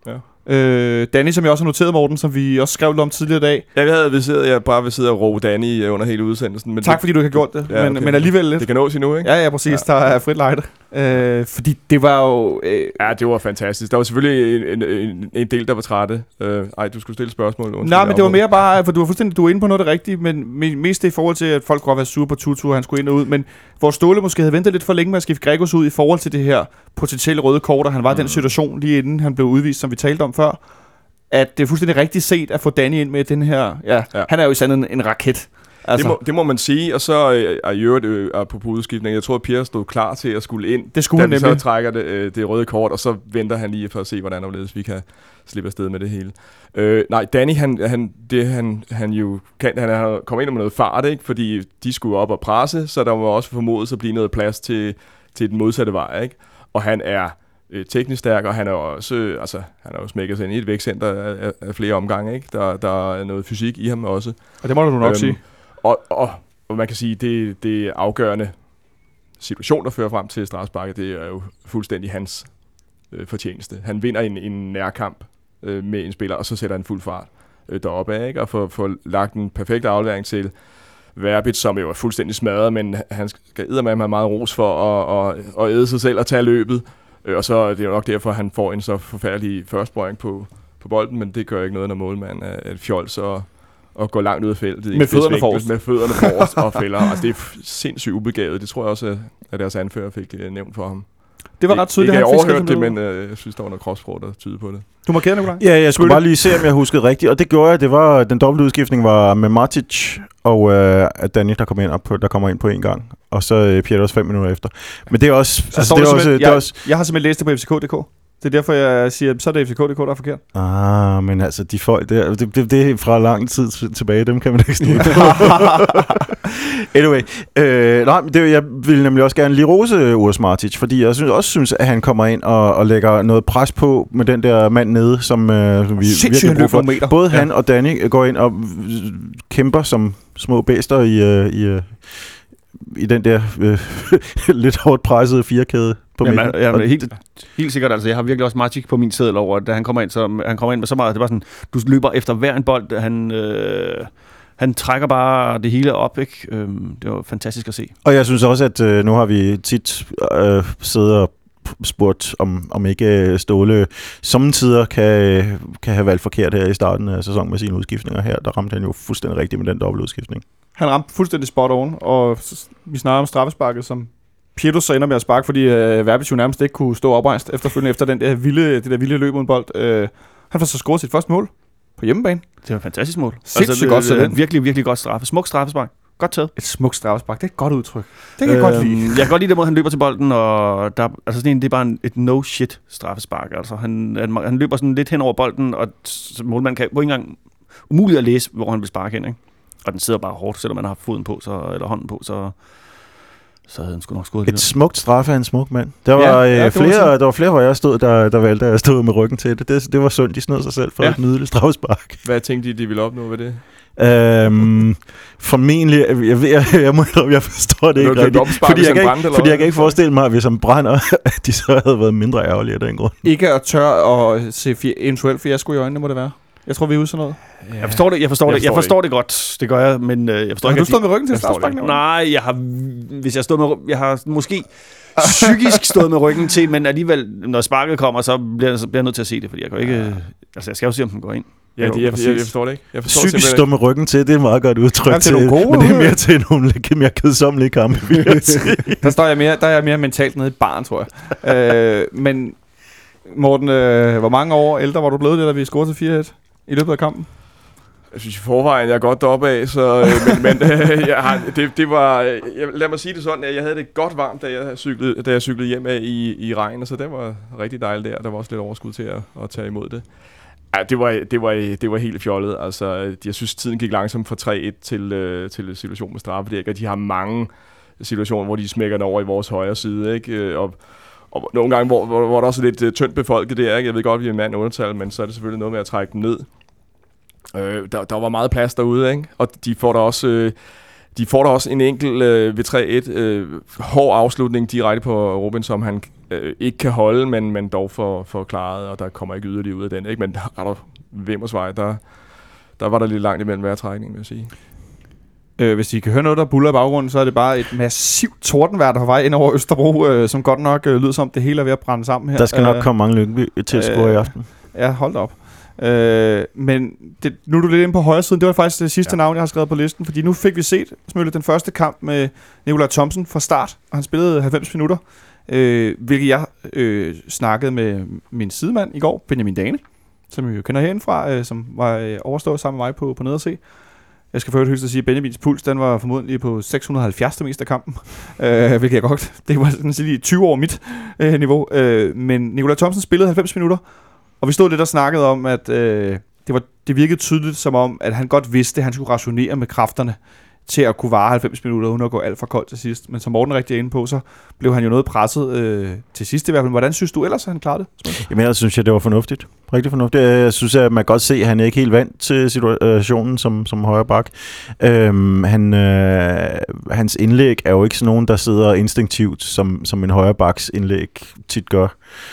Øh, Danny, som jeg også har noteret, Morten, som vi også skrev lidt om tidligere i dag. Ja, jeg havde siddet, jeg bare vil sidde og råbe Danny under hele udsendelsen. Men tak det, fordi du ikke har gjort det, ja, men, okay. men alligevel lidt. Det kan nås endnu, ikke? Ja, ja, præcis. Ja. Der er frit lejde. Øh, fordi det var jo... Øh, ja, det var fantastisk. Der var selvfølgelig en, en, en del, der var trætte. Øh, ej, du skulle stille spørgsmål. Nej, men det var mere bare, for du var fuldstændig du er inde på noget af det rigtige, men mest det i forhold til, at folk godt være sure på Tutu, han skulle ind og ud. Men hvor Ståle måske havde ventet lidt for længe med at skifte Gregos ud i forhold til det her potentielle røde kort, og han var i mm. den situation lige inden han blev udvist, som vi talte om før, at det er fuldstændig rigtigt set at få Danny ind med den her... Ja, ja. Han er jo i sanden en, en raket. Altså. Det, må, det må man sige, og så er i øvrigt øh, apropos udskiftning. Jeg tror, at Pierre stod klar til at skulle ind, det skulle da han vi nemlig. så trækker det, øh, det røde kort, og så venter han lige for at se, hvordan overledes vi kan slippe afsted med det hele. Øh, nej, Danny, han, han, det han, han jo kan, han er kommet ind med noget fart, ikke? Fordi de skulle op og presse, så der var også formodet at blive noget plads til, til den modsatte vej, ikke? Og han er øh, teknisk stærk, og han er også, øh, altså, han er jo smækket sig ind i et vækstcenter af, af, af flere omgange, ikke? Der, der er noget fysik i ham også. Og det må du nok øhm, sige. Og, og, og man kan sige, det, det er afgørende situation, der fører frem til straffesparket, det er jo fuldstændig hans øh, fortjeneste. Han vinder en, en nærkamp øh, med en spiller, og så sætter han fuld fart øh, deroppe af, ikke? Og får, får lagt en perfekt aflevering til Verbit, som jo er fuldstændig smadret, men han skal eddermame have meget ros for at, at, at æde sig selv og tage løbet. Øh, og så er det jo nok derfor, at han får en så forfærdelig førstbrøring på, på bolden, men det gør ikke noget, når målmanden er et fjols og og går langt ud af feltet. Med fødderne forrest. Med fødderne forrest og fælder. Altså, det er sindssygt ubegavet. Det tror jeg også, at deres anfører fik nævnt for ham. Det var ret tydeligt. Jeg har overhørt det, men øh, jeg synes, der var noget kropssprog, der tyder på det. Du markerer, Nikolaj? Ja, jeg skulle bare lige se, om jeg huskede rigtigt. Og det gjorde jeg. Det var, den dobbelte udskiftning var med Matic og øh, Danny, der kommer ind, op på, der kommer ind på en gang. Og så øh, Pierre også fem minutter efter. Men det er også... Altså, det er også, jeg, det er også jeg har simpelthen læst det på F C K punktum d k. Det er derfor, jeg siger, så er det F C K punktum d k, der er forkert. Ah, men altså, de folk der, det, det, det er fra lang tid tilbage, dem kan man ikke stole på. Anyway, øh, nej, det, jeg vil nemlig også gerne lige rose Urs Martic, fordi jeg synes, også synes, at han kommer ind og, og lægger noget pres på med den der mand nede, som, øh, som vi sindssygt virkelig bruger for. Både ja. Han og Danny går ind og kæmper som små bæster i, i, i, i den der øh, lidt hårdt pressede firkæde. Jamen, jamen, helt, helt sikkert, altså jeg har virkelig også Magic på min seddel over, da han kommer ind, så han kommer ind med så meget, det var sådan, du løber efter hver en bold, han, øh, han trækker bare det hele op, ikke? Øhm, det var fantastisk at se. Og jeg synes også, at øh, nu har vi tit øh, siddet og spurgt, om, om ikke Ståle sommetider kan, kan have valgt forkert her i starten af sæsonen med sine udskiftninger her. Der ramte han jo fuldstændig rigtigt med den dobbelt udskiftning. Han ramte fuldstændig spot on, og vi snakker om straffesparket, som Pietro så ender med at sparke, fordi øh, Verbit jo nærmest ikke kunne stå oprejst efterfølgende efter den der vilde, det der vilde løb uden bold. Øh, han får så scoret sit første mål på hjemmebane. Det var et fantastisk mål. Sindssygt altså, godt det, det, virkelig, virkelig godt straffe. Smuk straffespark. Godt taget. Et smukt straffespark. Det er et godt udtryk. Det kan jeg øhm, godt lide. Jeg kan godt lide den måde, han løber til bolden, og der, altså sådan en, det er bare en, et no-shit straffespark. Altså, han, han, han løber sådan lidt hen over bolden, og målmanden kan på en gang umuligt at læse, hvor han vil sparke hen, ikke? Og den sidder bare hårdt, selvom man har foden på, så, eller hånden på, så... så havde han sgu nok skudt et smukt straffe af en smuk mand. Der var, ja, ja, øh, flere, der var flere, hvor jeg stod, der, der valgte at stå med ryggen til det. Det, det var sundt, de snød sig selv for ja. Et nydeligt straffespark. Hvad tænkte de, de ville opnå ved det? Øhm, formentlig, jeg, jeg, jeg, jeg, må, jeg forstår det ikke rigtigt, fordi jeg kan ikke, fordi jeg kan ikke forestille mig, at hvis han brænder, at de så havde været mindre ærgerlige af den grund. Ikke at tør at se fi- eventuelt fiasko i øjnene, må det være. Jeg tror, vi er ude sådan noget. Ja. Jeg forstår det, jeg forstår, jeg det, jeg forstår det, det godt. Det gør jeg, men øh, jeg forstår har ikke. Har du stået med ryggen til straffesparken? Nej, jeg har hvis jeg stod med jeg har måske psykisk stået med ryggen til, men alligevel når sparket kommer, så bliver jeg, så bliver jeg nødt til at se det, fordi jeg kan ikke ja. altså jeg skal jo se om den går ind. Ja, det, jeg, jeg, jeg forstår det ikke. Jeg forstår psykisk stå med ryggen til, det er et meget godt udtryk til, til gode, men det er mere til nogle lidt mere kedsommelige kampe, vil jeg sige. Der står jeg mere, der er jeg mere mentalt nede i et barn, tror jeg. øh, men Morten, øh, hvor mange år ældre var du blevet, da vi scorede til fire et i løbet af kampen? Jeg synes i forvejen, jeg er godt deroppe af, så, øh, men, men øh, jeg har, det, det var, jeg, lad mig sige det sådan, at jeg havde det godt varmt, da jeg cyklede, da jeg cyklede hjem af i, i regnen, så det var rigtig dejligt der. Der var også lidt overskud til at, at tage imod det. Ja, det var, det var, det var helt fjollet. Altså, jeg synes, tiden gik langsomt fra tre et til, øh, til situation med straffe. Og de har mange situationer, hvor de smækker den over i vores højre side, ikke? Og, og nogle gange, hvor, hvor, hvor der også er lidt uh, tyndt befolket der, ikke? Jeg ved godt, vi er en mand undertal, men så er det selvfølgelig noget med at trække dem ned. Øh, der, der var meget plads derude, ikke? Og de får der også, øh, de får der også en enkelt øh, ved tre et øh, hård afslutning direkte på Robin, som han øh, ikke kan holde, men, men dog får, får klaret, og der kommer ikke yderligere ud af den. Ikke? Men der Wimmersvej, der, der var der lidt langt imellem hver trækning, vil jeg sige. Øh, hvis I kan høre noget, der buller i baggrunden, så er det bare et massivt tordenvejr, der er på vej ind over Østerbro, øh, som godt nok øh, lyder som det hele er ved at brænde sammen her. Der skal nok øh, komme mange Lyngby til at score øh, i aften. Ja, hold da op. Øh, men det, nu er du lidt inde på højre siden. Det var faktisk det sidste ja. navn, jeg har skrevet på listen, fordi nu fik vi set Smølle den første kamp med Nikolaj Thomsen fra start, og han spillede halvfems minutter, øh, hvilket jeg øh, snakkede med min sidemand i går, Benjamin Dane, som vi jo kender herindefra, øh, som var øh, overstået sammen med mig på, på nederse. Jeg skal først huske at sige, at Benjamins puls, den var formodentlig på seks hundrede og halvfjerds det meste af kampen, øh, hvilket jeg godt, det var sådan sige tyve år mit øh, niveau. Øh, men Nikolaj Thomsen spillede halvfems minutter, og vi stod lidt og snakkede om, at øh, det, var, det virkede tydeligt som om, at han godt vidste, at han skulle rationere med kræfterne til at kunne vare halvfems minutter, uden at gå alt for koldt til sidst. Men som Morten rigtig er inde på, så blev han jo noget presset øh, til sidst i hvert fald. Hvordan synes du ellers, at han klarede det? Jamen, jeg synes, at det var fornuftigt. Rigtig fornuftigt. Jeg synes, at man kan godt se, at han er ikke helt vant til situationen som, som højre bak. Øhm, han, øh, hans indlæg er jo ikke sådan nogen, der sidder instinktivt, som, som en højre baks indlæg tit gør.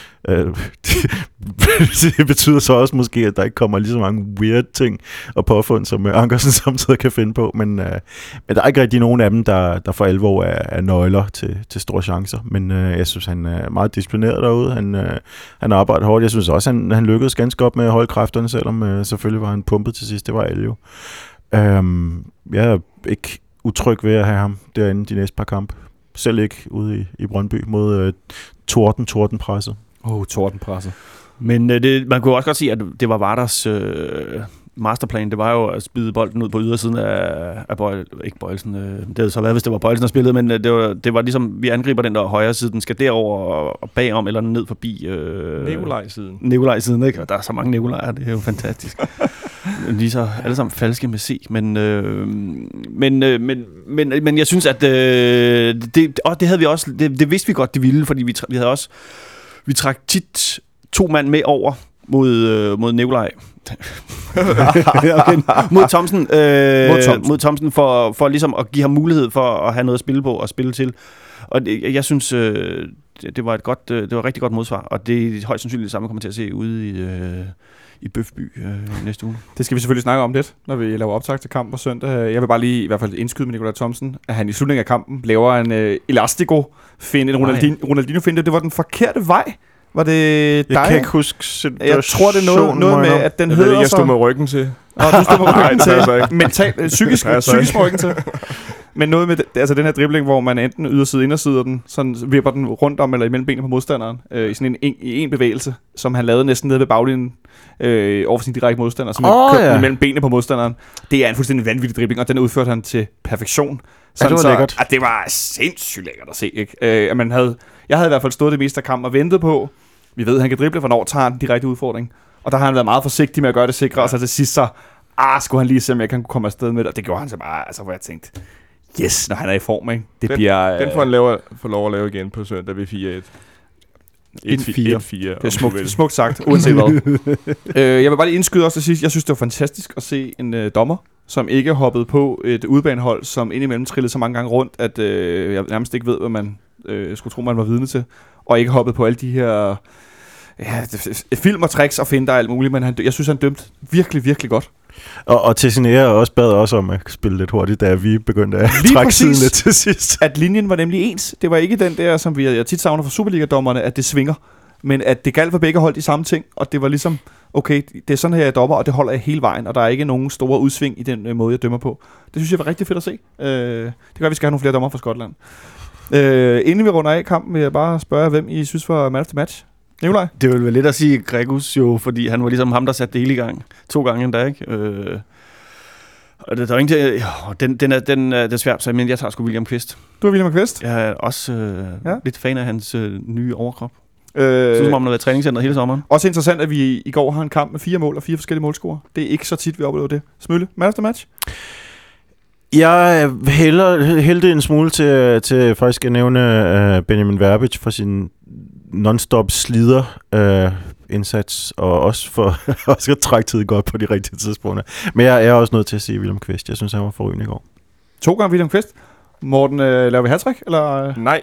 Det betyder så også måske, at der ikke kommer lige så mange weird ting og påfund, som Ankersen samtidig kan finde på, men, uh, men der er ikke rigtig nogen af dem, der, der for alvor er, er nøgler til, til store chancer, men uh, jeg synes, han er meget disciplineret derude, han, uh, han arbejder hårdt, jeg synes også, han, han lykkedes ganske godt med at holde kræfterne, selvom uh, selvfølgelig var han pumpet til sidst, det var alle jo. Um, jeg er ikke utryg ved at have ham derinde de næste par kampe, selv ikke ude i, i Brøndby mod uh, torden, tordenpresset. Åh, oh, tordenpresset. Men øh, det, man kunne også godt sige, at det var Varders øh, masterplan. Det var jo at spide bolden ud på ydersiden af, af Bøjl, ikke Bøjlsen. Øh, det havde så været, hvis det var Bøjlsen, der spillede, men øh, det, var, det var ligesom, vi angriber den der højre side. Den skal derover og, og bagom, eller ned forbi. Øh, Nikolaj-siden. Nikolaj-siden, ikke? Og der er så mange Nikolaj'er, det er jo fantastisk. Lige så alle sammen falske med C, men, øh, men, øh, men, men, men jeg synes, at øh, det, og det havde vi også, det, det vidste vi godt, det ville, fordi vi, vi havde også Vi trak tit to mand med over mod, øh, mod Nikolaj. okay. Mod Thomsen. Øh, mod Thomsen, mod Thomsen for, for ligesom at give ham mulighed for at have noget at spille på og spille til. Og det, jeg synes, øh, det, det var et godt, det var et rigtig godt modsvar. Og det er højst sandsynligt det samme, kommer til at se ude i, øh, i Bøfby øh, næste uge. Det skal vi selvfølgelig snakke om lidt, når vi laver optag til kampen på søndag. Jeg vil bare lige i hvert fald indskyde med Nikolaj Thomsen, at han i slutningen af kampen laver en øh, elastico-finde, en Ronaldinho- Ronaldinho-finde. Det var den forkerte vej. Var det dig? Jeg kan ikke huske situationen. Jeg tror, det er noget, noget med, at den jeg hedder ved, jeg så... stod med ryggen til. Nå, du stod med ryggen Nej, til. Mentalt, psykisk, psykisk ryggen til. Men noget med altså den her dribling, hvor man enten yderside, inderside den, sådan vipper den rundt om eller imellem benene på modstanderen, øh, i sådan en, en, i en bevægelse, som han lavede næsten nede ved baglinjen øh, over for sin direkte modstander, som oh, kørte ja. imellem benene på modstanderen. Det er en fuldstændig vanvittig dribling, og den udførte han til perfektion. Sådan, ja, det var lækkert. Så, at det var sindssygt lækkert at se. Ikke? Øh, at man havde, jeg havde i hvert fald stået det meste af kampen og ventet på, vi ved, at han kan drible, hvornår tager han den direkte udfordring. Og der har han været meget forsigtig med at gøre det sikre, og så til sidst så, ah, skulle han lige se, om jeg kan kunne komme afsted med det. Og det gjorde han så bare, altså hvor jeg tænkte, yes, når han er i form, ikke? Det den, bliver... Den får han lave, får lov at lave igen på søndag ved fire et. et fire. Det er smukt, det er smukt sagt, uanset hvad. øh, jeg vil bare lige indskyde også til sidst, jeg synes, det var fantastisk at se en øh, dommer, som ikke hoppede på et udbanehold, som indimellem trillede så mange gange rundt, at øh, jeg nærmest ikke ved, hvad man øh, skulle tro, man var vidne til. Og ikke hoppede på alle de her... Ja, film og tricks og finder alt muligt, men han, jeg synes, han dømte virkelig, virkelig godt. Og, og til sin ære også bad også om at spille lidt hurtigt, da vi begyndte at lige trække siden lidt til sidst. At linjen var nemlig ens. Det var ikke den der, som vi jeg tit savner fra Superliga-dommerne, at det svinger, men at det galt for begge hold de samme ting, og det var ligesom, okay, det er sådan her, jeg dommer, og det holder jeg hele vejen, og der er ikke nogen store udsving i den øh, måde, jeg dømmer på. Det synes jeg var rigtig fedt at se. Øh, det gør, at vi skal have nogle flere dommer fra Skotland. Øh, inden vi runder af kampen, vil jeg bare spørge, hvem I synes var man of the match? Nikolaj? Det ville være lidt at sige Gregus jo, fordi han var ligesom ham, der satte det hele i gang. To gange endda, ikke? Øh, og det, der er ikke, øh, den, den, er, den, er, den er svært, men jeg tager sgu William Kvist. Du er William Kvist? Jeg er også øh, ja. lidt fan af hans øh, nye overkrop. Øh, Synes som om han har været i træningscenteret hele sommeren. Også interessant, at vi i går har en kamp med fire mål og fire forskellige målscorer. Det er ikke så tit, vi oplever det. Smølle, man of the match? Jeg hælder hældte en smule til, til faktisk at nævne uh, Benjamin Verbic for sin non-stop slider uh, indsats, og også for også at trække tid godt på de rigtige tidspunkter. Men jeg er også nødt til at sige William Kvist. Jeg synes, han var forrygende i går. To gange William Kvist. Morten, øh, laver vi hat-trick, eller? Nej.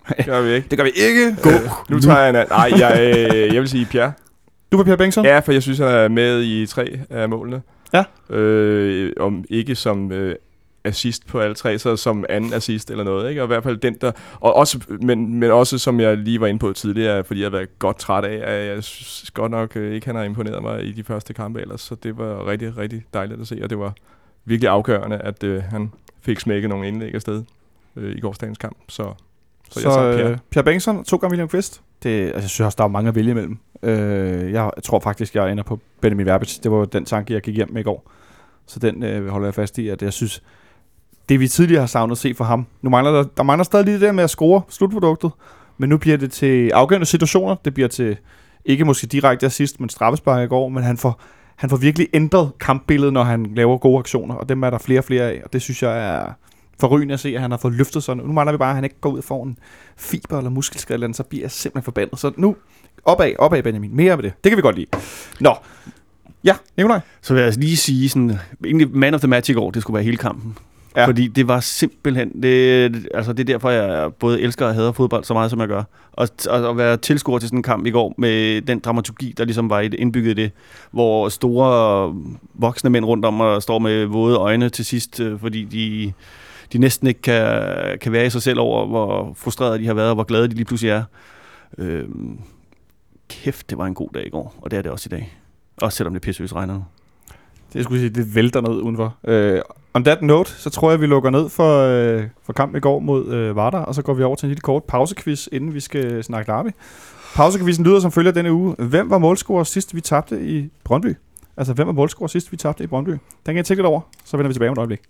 gør vi ikke. Det gør vi ikke. Go. Øh, nu tager jeg en anden. Nej, jeg, øh, jeg vil sige Pierre. Du var Pierre Bengtsson? Ja, for jeg synes, han er med i tre af målene. Ja. Øh, om ikke som øh, assist på alle tre, så som anden assist eller noget, ikke? Og i hvert fald den der... Og også, men, men også, som jeg lige var inde på tidligere, fordi jeg har været godt træt af, at jeg synes godt nok øh, ikke, han har imponeret mig i de første kampe ellers, så det var rigtig, rigtig dejligt at se, og det var virkelig afgørende, at øh, han fik smækket nogle indlæg afsted øh, i gårsdagens kamp, så... Så, Så, jeg så tager Pierre. øh, Pierre Bengtsson, to gange William Kvist. Det, altså, jeg synes også, der er mange at vælge imellem. Øh, jeg, jeg tror faktisk, jeg ender på Benjamin Verbic. Det var den tanke, jeg gik hjem med i går. Så den øh, holder jeg fast i, at jeg synes, det vi tidligere har savnet at se for ham. Nu mangler der, der mangler stadig lige det der med at score slutproduktet. Men nu bliver det til afgørende situationer. Det bliver til, ikke måske direkte assist, men straffespark i går. Men han får, han får virkelig ændret kampbilledet, når han laver gode aktioner. Og dem er der flere og flere af. Og det synes jeg er... forrygende at se, at han har fået løftet sådan. Nu mangler vi bare, at han ikke går ud og får en fiber eller muskelskade eller andet, så bliver jeg simpelthen forbandet. Så nu, opad, opad Benjamin. Mere med det. Det kan vi godt lide. Nå. Ja, Nikolaj. Så vil jeg lige sige sådan, egentlig man of the match i går, det skulle være hele kampen. Ja. Fordi det var simpelthen, det, altså det er derfor, jeg både elsker og hader fodbold så meget, som jeg gør. Og, og at være tilskuer til sådan en kamp i går, med den dramaturgi, der ligesom var indbygget i det, hvor store voksne mænd rundt om og står med våde øjne til sidst, fordi de... de næsten ikke kan, kan være i sig selv over, hvor frustrerede de har været, og hvor glade de lige pludselig er. Øhm, kæft, det var en god dag i går, og det er det også i dag. Også selvom det pissøs regner nu. Det skulle sige, det vælter noget udenfor. Uh, on that note, så tror jeg, vi lukker ned for, uh, for kampen i går mod uh, Vardar, og så går vi over til en lille kort pausequiz, inden vi skal snakke derby. Pausequizzen lyder som følger denne uge. Hvem var målscorer sidst, vi tabte i Brøndby? Altså, hvem var målscorer sidst, vi tabte i Brøndby? Den kan jeg tænke lidt over, så vender vi tilbage om et øjeblik.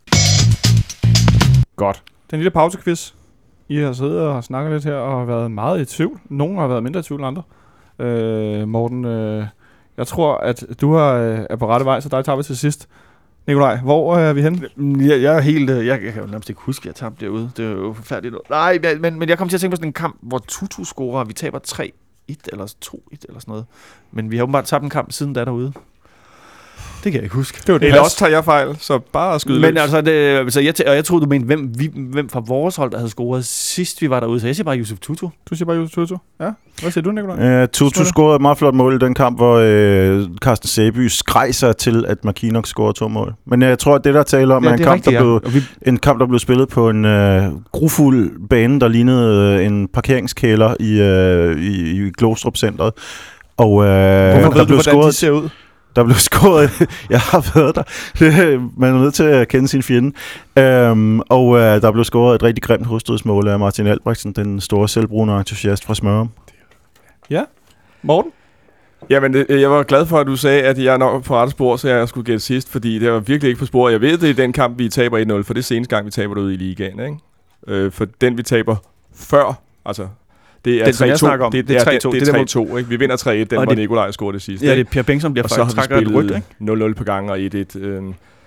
Godt. Den lille pausequiz. I har siddet og snakket lidt her og har været meget i tvivl. Nogle har været mindre i tvivl end andre. Øh, Morten, øh, jeg tror, at du har, øh, er på rette vej, så dig tager vi til sidst. Nikolaj, hvor er vi henne? Jeg, jeg er helt... Jeg, jeg kan jo nærmest ikke huske, at jeg tabte derude. Det er jo forfærdeligt. Nej, men, men jeg kom til at tænke på sådan en kamp, hvor Tutu scorer, vi taber tre et eller to et eller sådan noget. Men vi har åbenbart tabt en kamp siden der derude. Det kan jeg ikke huske. Det var Eller også tager jeg fejl, så bare skyde Men løs. altså, det, så jeg, og jeg troede, du mente, hvem, vi, hvem fra vores hold, der havde scoret sidst vi var derude. Så jeg siger bare Yusuf Tutu. Du siger bare Yusuf Tutu. Ja. Hvad siger du, Nikolaj? Uh, Tutu scorede et meget flot mål i den kamp, hvor uh, Carsten Sæby skreg sig til, at Marquinhos scorede to mål. Men uh, jeg tror, at det, der taler om, ja, er en, kamp, rigtigt, der ja. blev, vi... en kamp, der blev spillet på en uh, grufuld bane, der lignede uh, en parkeringskælder i, uh, i, i Glostrup-centret. Og uh, Hvorfor ved du, hvordan scoret... de ser ud? Der blev scoret. Jeg har været der. Man er nødt til at kende sin fjende. Øhm, og øh, der blev scoret et rigtig grimt hovedstødsmål af Martin Albrechtsen, den store selvbrugende entusiast fra Smørum. Ja. Morten? Jamen, det, jeg var glad for, at du sagde, at jeg er nok på rette spor, så jeg skulle gætte sidst, fordi det var virkelig ikke på spor. Jeg ved, det er den kamp, vi taber et nul, for det er seneste gang, vi taber derude i ligaen, ikke? Øh, for den, vi taber før, altså... Det er tre to. Det, det, det er tre to. Det er tre to, ikke? Vi vinder tre et, den var Nikolaj scorede det sidste. Ja, det er Pierre Bengtsson bliver faktisk trækker et rødt, ikke? nul nul på gang og et et. Øh.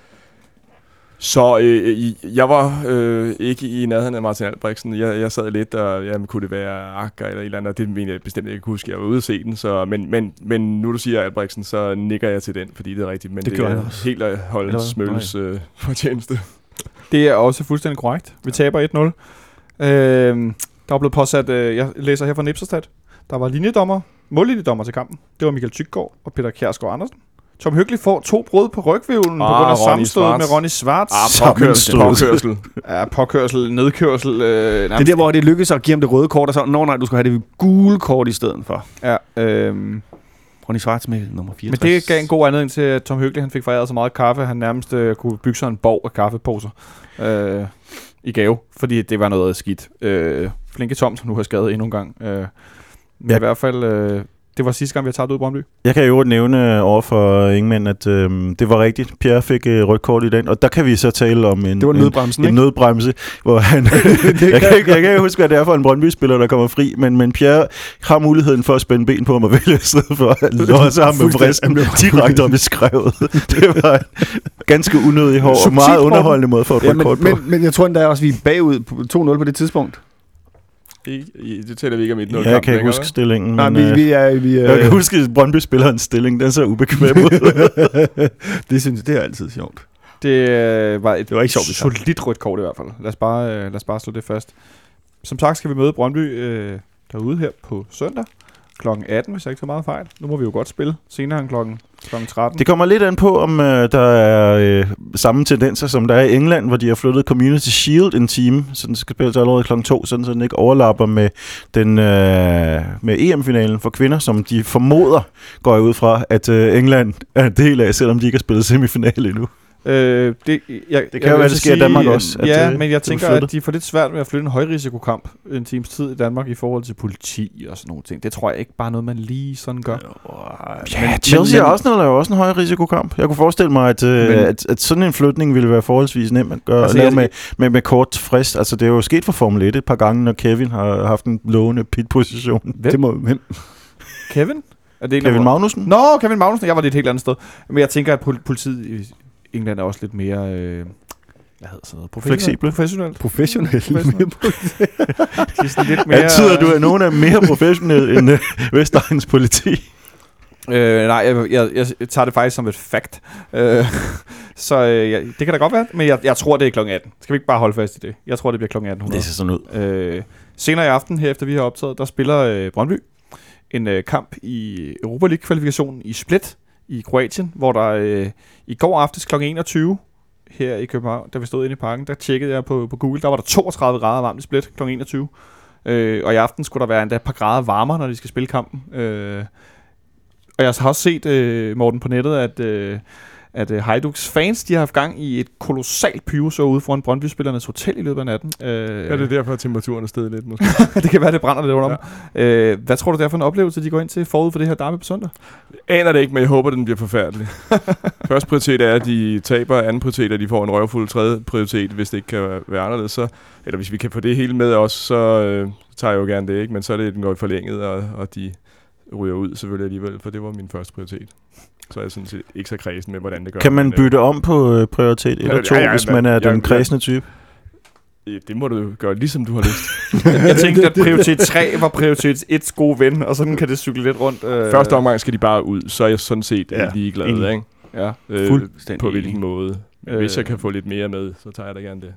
Så øh, jeg var øh, ikke i nærheden af Martin Albrechtsen. Jeg, jeg sad lidt, og jamen, kunne det være Akker eller et eller andet? Det mener jeg bestemt ikke kunne huske. Jeg var ude at se den, så, men, men, men nu du siger Albrechtsen, så nikker jeg til den, fordi det er rigtigt. Men det, det er helt at holde Smølles øh, fortjeneste. Det er også fuldstændig korrekt. Vi taber et nul. Øh, Der var blevet påsat, øh, jeg læser her fra Nipserstad, der var linjedommer, mållinjedommer til kampen. Det var Michael Tykgaard og Peter Kjærsgaard Andersen. Tom Høgli får to brud på rygvævlen ah, på grund af sammenstødet med Ronny Schwartz. Ah, påkørsel. Påkørsel. Ja, påkørsel, nedkørsel. Øh, det er der, hvor det lykkedes at give ham det røde kort, og så, nå nej, du skal have det gule kort i stedet for. Ja, øh, Ronny Schwartz med nummer fireogtres. Men det gav en god anledning til, at Tom Høgli han fik foræret så meget kaffe, han nærmest øh, kunne bygge sig en borg af kaffeposer øh, i gave, fordi det var noget skidt. Øh, Flinke Tom, som nu har skadet endnu en gang. Øh, men ja. I hvert fald, øh, det var sidste gang, vi har taget ud i Brøndby. Jeg kan jo nævne over for Ingemann, at øh, det var rigtigt. Pierre fik øh, rødt kort i den, og der kan vi så tale om en, det var nødbremsen, en, en nødbremse, hvor han... jeg, kan ikke, jeg kan ikke huske, hvad det er for en Brøndby-spiller, der kommer fri, men, men Pierre har muligheden for at spænde ben på ham og vælge i stedet for at låse ham med vristen direkte op i skrevet. Det var en ganske unødig hår og meget underholdende måde for et rødt kort på. Men, men jeg tror endda også, vi er bagud på to nul på det tidspunkt. I, I, det tæller vi ikke om et nul. Ja, jeg kan ikke huske stillingen. Nej, men, vi, vi er, vi er, jeg kan huske Brøndby-spillerens stilling. Den så ubekvem ud. Det synes jeg, det er altid sjovt. Det øh, var et det var ikke sjovt, solidt rødt kort i hvert fald. Lad os bare, øh, lad os bare slå det fast. som sagt skal vi møde Brøndby øh, derude her på søndag klokken atten, hvis jeg ikke så meget fejl. Nu må vi jo godt spille senere end klokken tretten. Det kommer lidt an på, om øh, der er øh, samme tendenser, som der er i England, hvor de har flyttet Community Shield en time, så den skal spilles allerede klokken to, sådan, så den ikke overlapper med, den, øh, med E M-finalen for kvinder, som de formoder går ud fra, at øh, England er en del af, selvom de ikke har spillet semifinale endnu. Øh, det, jeg, det kan jo være, det sker i Danmark også. At, ja, at, men jeg tænker, at de får lidt svært ved at flytte en højrisikokamp en times tid i Danmark i forhold til politi og sådan nogle ting. Det tror jeg ikke bare noget, man lige sådan gør. Ja, men, Chelsea men, Arsenal er jo også en højrisikokamp. Jeg kunne forestille mig, at, men, at, at sådan en flytning ville være forholdsvis nem at gøre altså, at lave med, med, med kort frist. Altså, det er jo sket for Formel et et par gange, når Kevin har haft en lovende pit-position. Hvem? Det må, hvem? Kevin? Er det Kevin Magnussen? Nå, Kevin Magnussen. Jeg var lidt helt andet sted. Men jeg tænker, at politiet i England er også lidt mere... Øh, hvad hedder sådan noget? Fleksibel. Professionelt. Professionelt. De er sådan lidt mere... Antyder du, at nogen er mere professionelle end uh, Vestegns politi? Øh, nej, jeg, jeg, jeg tager det faktisk som et fact. Øh, så øh, ja, det kan da godt være, men jeg, jeg tror, det er klokken atten. Skal vi ikke bare holde fast i det? Jeg tror, det bliver klokken atten hundrede. Det ser sådan ud. Øh, senere i aften, her efter vi har optaget, der spiller øh, Brøndby en øh, kamp i Europa League-kvalifikationen i Split i Kroatien, hvor der øh, i går aftes klokken enogtyve her i København, da vi stod inde i parken, der tjekkede jeg på, på Google, der var der toogtredive grader varmt i Split klokken enogtyve. Øh, og i aften skulle der være endda et par grader varmere, når de skal spille kampen. Øh, og jeg har også set, øh, Morten, på nettet, at, øh, at øh, Hajduks fans, de har haft gang i et kolossalt pyro-show ude foran Brøndby-spillernes hotel i løbet af natten. Øh, ja, det er derfor, at temperaturen er steget lidt, måske. Det kan være, det brænder lidt under ja. øh, Hvad tror du, det er for en oplevelse, de går ind til forud for det her derby på søndag? Jeg aner det ikke, men jeg håber, den bliver forfærdelig. Første prioritet er, at de taber. Anden prioritet er, at de får en røvfuld. Tredje prioritet, hvis det ikke kan være anderledes, så, eller hvis vi kan få det hele med os, så øh, tager jeg jo gerne det, ikke? Men så er det den går forlænget, og, og de ryger ud selvfølgelig alligevel, for det var min første prioritet. Så er jeg sådan set ikke så kredsen med, hvordan det gør. Kan man bytte om på øh, prioritet et eller to, ja, ja, hvis man er jeg, den kredsende type? Det må du gøre, ligesom du har lyst. Jeg tænkte, at prioritet tre var prioritet et gode ven, og sådan kan det cykle lidt rundt. Øh. Første omgang skal de bare ud, så er jeg sådan set ja, ligeglad, ikke? Ja, øh, fuldstændig. På hvilken måde. Men øh. hvis jeg kan få lidt mere med, så tager jeg da gerne det.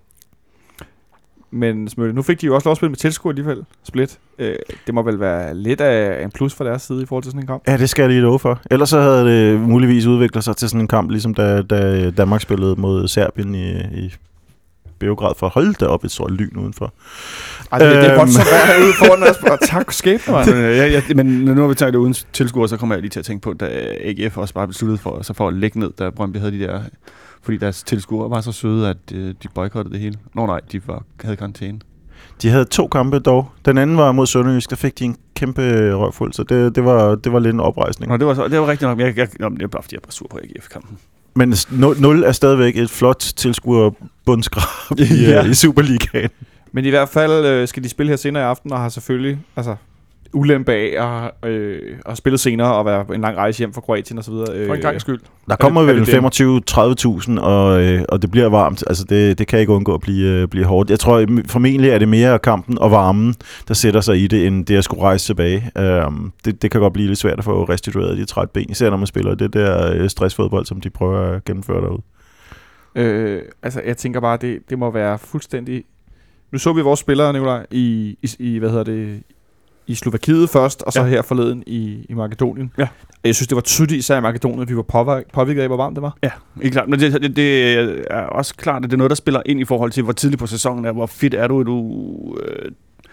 Men Smølle, nu fik de jo også lov at spille med tilskuer alligevel, Split. Øh, det må vel være lidt af en plus fra deres side i forhold til sådan en kamp? Ja, det skal jeg lige love for. Ellers så havde det muligvis udviklet sig til sådan en kamp, ligesom da, da Danmark spillede mod Serbien i, i Beograd, for at holde det op et stort lyn udenfor. Ej, det, det er godt så værd herude foran os, og tak skæbne, mand. ja, ja, men nu har vi taget det uden tilskuer, så kommer jeg lige til at tænke på, da A G F også bare besluttede for, så for at lægge ned, da Brøndby havde de der... Fordi deres tilskuere var så søde, at øh, de boykottede det hele. Nå nej, de var, havde karantæne. De havde to kampe dog. Den anden var mod Sønderjysk, der fik de en kæmpe røvfuld, så det, det, var, det var lidt en oprejsning. Nå, det var, så, det var rigtigt nok. Jeg, jeg, jeg, jeg, jeg bare, fordi jeg var sur på A G F-kampen. Men nul er stadigvæk et flot tilskuerbundskrab i, ja. i Superligaen. Men i hvert fald øh, skal de spille her senere i aften, og har selvfølgelig altså, ulempe af at øh, at spille senere og være en lang rejse hjem fra Kroatien og så videre. Øh, for en gang skyld. Der kommer vel femogtyve til tredive tusind, og, øh, og det bliver varmt. Altså det, det kan ikke undgå at blive, øh, blive hårdt. Jeg tror formentlig er det mere kampen og varmen, der sætter sig i det, end det at skulle rejse tilbage. Um, det, det kan godt blive lidt svært at få restitueret de trætte ben, især når man spiller det der øh, stressfodbold, som de prøver at gennemføre derude. Øh, altså jeg tænker bare, det, det må være fuldstændig... Nu så vi vores spillere, Nikolaj, i, i, i hvad hedder det... i Slovakiet først, og så ja. her forleden i, i Makedonien. Ja. Jeg synes, det var tydeligt, især i Makedonien, at vi var påvirket, påvirket af, hvor varmt det var. Ja, ikke klart. Men det, det, det er også klart, at det er noget, der spiller ind i forhold til, hvor tidligt på sæsonen er, hvor fit er du, du øh,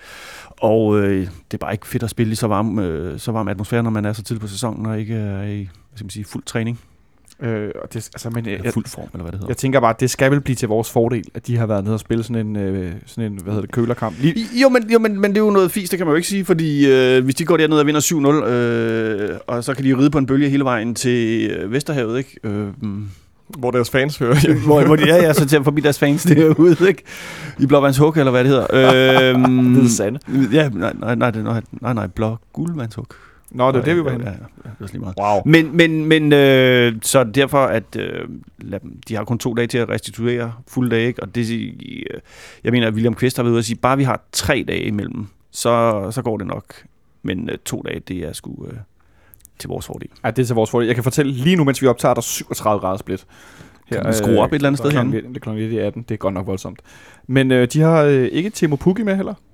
og øh, det er bare ikke fedt at spille i så varm, øh, så varm atmosfære, når man er så tidligt på sæsonen, og ikke er i hvad skal man sige, fuld træning. Øh, og det, altså, men, jeg, fuld form, eller hvad det hedder. Jeg tænker bare, at det skal vel blive til vores fordel, at de har været nede og spille sådan en, øh, sådan en hvad hedder det, kølerkamp. Lige... Jo, men, jo men, men det er jo noget fisk, det kan man jo ikke sige, fordi øh, hvis de går derned og vinder syv nul, øh, og så kan de ride på en bølge hele vejen til øh, Vesterhavet, ikke? Øh, hvor deres fans hører. hvor, hvor de, ja, ja, så til forbi deres fans derude, ikke? I Blåvandshug, eller hvad det hedder. Øh, Hvide Sande. Ja, nej, nej, nej, nej, nej, nej Blå Guldvandshug. Nå, det var det, vi var henne. Ja, ja, det var lige meget. Wow. Men, men, men øh, så derfor, at øh, de har kun to dage til at restituere fuld dage, ikke? Og det, øh, jeg mener, at William Kvist har været ude at sige, bare vi har tre dage imellem, så, så går det nok. Men øh, to dage, det er sgu øh, til vores fordel. Ja, det er til vores fordel. Jeg kan fortælle, lige nu, mens vi optager, der er syvogtredive grader Split. Her, kan man skrue op øh, et eller andet sted her? Det er klokken lidt i atten. Det er godt nok voldsomt. Men øh, de har øh, ikke Timo Pukki med heller.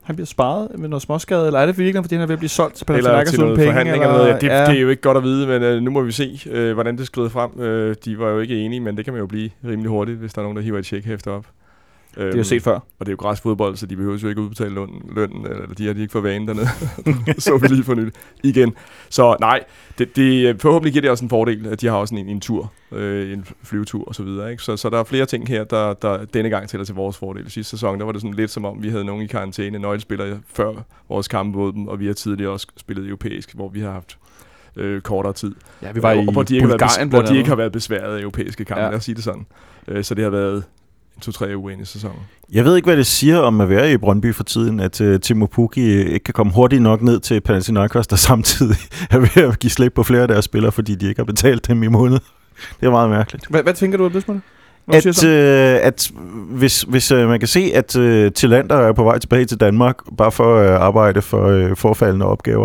han bliver sparet med noget småskade, eller er det virkelig, fordi han er ved at blive solgt til Panathinaikos eller til uden noget penge? forhandling eller, eller eller noget. Ja, det, ja. det er jo ikke godt at vide, men øh, nu må vi se, øh, hvordan det skrider frem. Øh, de var jo ikke enige, men det kan man jo blive rimelig hurtigt, hvis der er nogen, der hiver et tjekhæfte op. Det er jo set før. Og det er jo græsfodbold, så de behøver jo ikke udbetale løn, løn eller de har de ikke fået vane dernede. Så vi lige for nylig igen. Så nej, det, det, forhåbentlig giver det også en fordel, at de har også en, en tur, øh, en flyvetur og så videre. Ikke? Så, så der er flere ting her, der, der denne gang tæller til vores fordel. I sidste sæson, der var det sådan lidt som om, vi havde nogen i karantæne, nøglespillere før vores kamp mod dem, og vi har tidligere også spillet europæisk, hvor vi har haft øh, kortere tid. Ja, vi var i og, hvor de ikke Bulgarien, har været, hvor de ikke har været besværet af europæiske kampe, ja. Lad os sige det sådan. Øh, så det har været to-tre uger ind i sæsonen. Jeg ved ikke, hvad det siger om at være i Brøndby for tiden, at uh, Timo Pukki ikke kan komme hurtigt nok ned til Panathinaikos, der samtidig er ved at give slip på flere af deres spillere, fordi de ikke har betalt dem i måned. Det er meget mærkeligt. Hvad, hvad tænker du om det, Smule? At, øh, at hvis, hvis øh, man kan se, at øh, Tillander er på vej tilbage til Danmark, bare for at øh, arbejde for øh, forfaldende opgaver,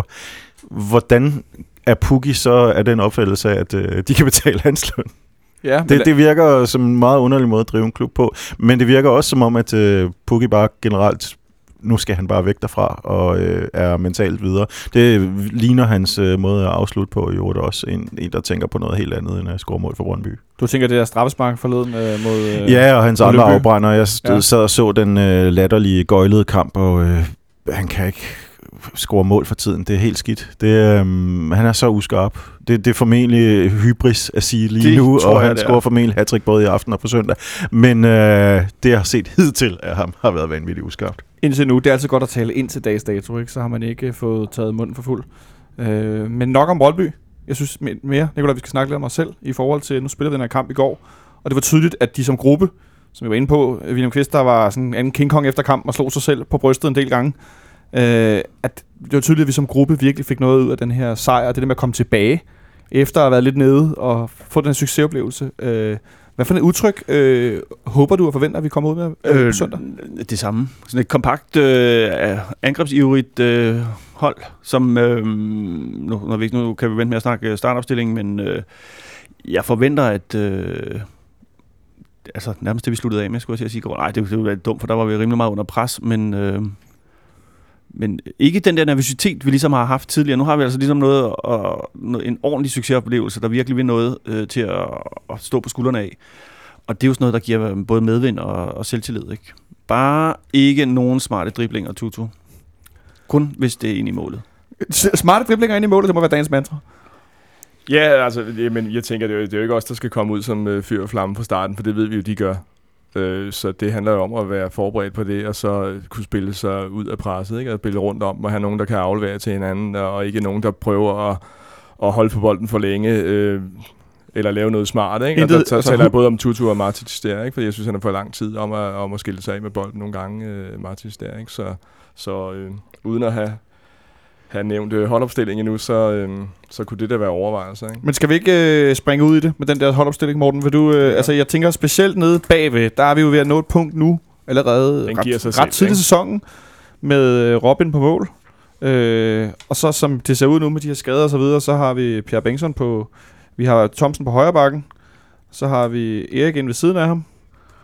hvordan er Pukki så af den opfattelse af, at øh, de kan betale hans løn? Ja, det, det virker som en meget underlig måde at drive en klub på, men det virker også som om, at øh, Pukki bare generelt, nu skal han bare væk derfra og øh, er mentalt videre. Det ligner hans øh, måde at afslutte på, i øvrigt også en, en, der tænker på noget helt andet end at score mål for Brøndby. Du tænker, det der straffespark forleden øh, mod øh, ja, og hans andre Løbby. afbrænder. Jeg ja. sad og så den øh, latterlige, gøjlede kamp, og øh, han kan ikke score mål for tiden. Det er helt skidt. Det, øh, han er så uskarp. Det, det er formentlig hybris at sige lige det nu, og han scorer formentlig hattrick både i aften og på søndag. Men øh, det, jeg har set hidtil af ham, har været vanvittigt uskarpt. Indtil nu, det er altid godt at tale ind til dags dato, ikke? Så har man ikke fået taget munden for fuld. Øh, men nok om Brøndby. Jeg synes mere, Nicolai, vi skal snakke lidt om os selv i forhold til, nu spillede vi den her kamp i går, og det var tydeligt, at de som gruppe, som vi var inde på, William Kvist, der var sådan en King Kong efter kampen og slog sig selv på brystet en del gange, øh, at det var tydeligt, at vi som gruppe virkelig fik noget ud af den her sejr, og det der med at komme tilbage, efter at have været lidt nede og få den her succesoplevelse. Øh, hvad for et udtryk øh, håber du og forventer, at vi kommer ud med øh, på søndag? Det samme. Sådan et kompakt, øh, angrebsivrigt øh, hold, som, øh, nu, når vi, nu kan vi vente med at snakke startopstillingen, men øh, jeg forventer, at øh, altså nærmest det, vi sluttede af med, skulle jeg sige, nej, det ville være dumt, for der var vi rimelig meget under pres, men... Øh, Men ikke den der nervøsitet, vi ligesom har haft tidligere. Nu har vi altså ligesom noget, og, en ordentlig succesoplevelse, der virkelig vil noget øh, til at, at stå på skuldrene af. Og det er jo sådan noget, der giver både medvind og, og selvtillid. Ikke? Bare ikke nogen smarte driblinger, Tutu. Kun hvis det er inde i målet. Smarte driblinger inde i målet, det må være dagens mantra. Ja, altså, men jeg tænker, det er, jo, det er jo ikke os, der skal komme ud som øh, fyr og flamme fra starten, for det ved vi jo, de gør. Så det handler jo om at være forberedt på det, og så kunne spille sig ud af presset, ikke? Og spille rundt om, og have nogen, der kan aflevere til hinanden, og ikke nogen, der prøver at, at holde på bolden for længe, øh, eller lave noget smart, ikke? Intet, og der altså, taler jeg både om Tutu og Martic der, ikke? Fordi jeg synes, han har fået lang tid om at, om at skille sig af med bolden nogle gange, øh, Martic der, ikke? Så, så øh, uden at have have nævnt øh, holdopstilling endnu, så, øh, så kunne det da være overvejelser, ikke? Men skal vi ikke øh, springe ud i det med den der holdopstilling, Morten? Vil du, øh, ja. Altså, jeg tænker specielt nede bagved, der er vi jo ved at nå et punkt nu, allerede den ret, ret tidligt i sæsonen, med øh, Robin på mål. Øh, og så som det ser ud nu med de her skader og så videre, så har vi Pierre Bengtsson på, vi har Thomsen på højre bakken, så har vi Erik ind ved siden af ham,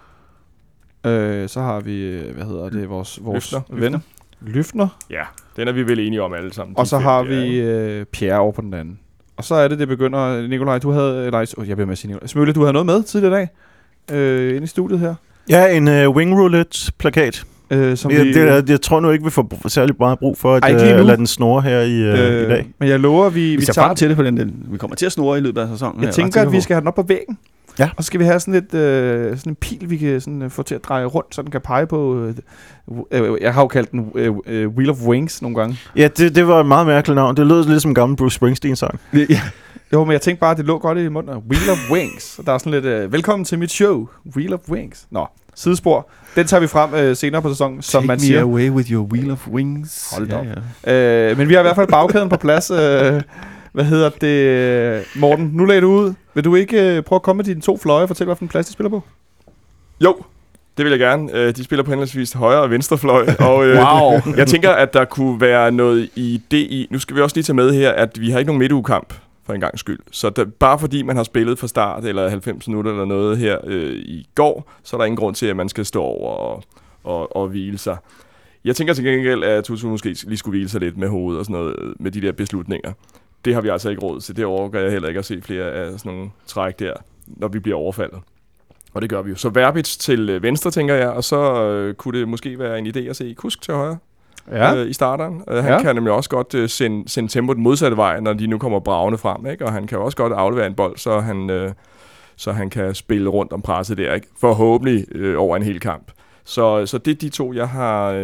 øh, så har vi, hvad hedder det, vores, vores Løfner. ven. Løfner. Ja, den er vi vel enige om alle sammen. Og så har vi øh, Pierre over på den anden. Og så er det, det begynder... Nicolai, du havde... Eller, oh, jeg bliver med at sige Nicolai. Smølle, du havde noget med tidligere i dag. Øh, inde i studiet her. Ja, en uh, wing roulette-plakat. Øh, som jeg, vi, det er, jeg tror nu ikke, vi får særlig meget brug for at uh, lade den snurre her i, uh, øh, i dag. Men jeg lover, vi... Vi, vi ser frem til det på den, den. Vi kommer til at snurre i løbet af sæsonen. Jeg her, tænker, at vi skal have den op på væggen. Ja. Og så skal vi have sådan, et, øh, sådan en pil, vi kan sådan, øh, få til at dreje rundt, så den kan pege på... Øh, øh, jeg har jo kaldt den øh, øh, Wheel of Wings nogle gange. Ja, det, det var et meget mærkeligt navn. Det lød lidt som en gammel Bruce Springsteen-sang. Ja. Jo, men jeg tænkte bare, at det lå godt i munden. Wheel of Wings. Og der er sådan lidt... Øh, velkommen til mit show. Wheel of Wings. Nå, sidespor. Den tager vi frem øh, senere på sæsonen, som Take man siger. Take me away with your Wheel of Wings. Hold da op. Ja, ja. Øh, men vi har i hvert fald bagkæden på plads... Øh, Hvad hedder det, Morten? Nu lagde du ud. Vil du ikke uh, prøve at komme med dine to fløje og fortælle, hvilken plads de spiller på? Jo, det vil jeg gerne. Uh, de spiller på henholdsvis højre og venstre fløj. Og, uh, wow. Jeg tænker, at der kunne være noget i det i... Nu skal vi også lige tage med her, at vi har ikke nogen midtugekamp for en gang skyld. Så der, bare fordi man har spillet fra start, eller halvfems minutter eller noget her uh, i går, så er der ingen grund til, at man skal stå over og, og, og hvile sig. Jeg tænker til gengæld, at Tutu måske lige skulle hvile sig lidt med hovedet og sådan noget, med de der beslutninger. Det har vi altså ikke råd til. Det overgår jeg heller ikke at se flere af sådan nogle træk der, når vi bliver overfaldet. Og det gør vi jo. Så Verbitz til venstre, tænker jeg, og så øh, kunne det måske være en idé at se Kusk til højre Ja. øh, i starteren. Øh, han Ja. kan nemlig også godt øh, sende, sende tempo den modsatte vej, når de nu kommer bragende frem, ikke? Og han kan også godt aflevere en bold, så han, øh, så han kan spille rundt om presset der, ikke? Forhåbentlig øh, over en hel kamp. Så, så det er de to, jeg har øh,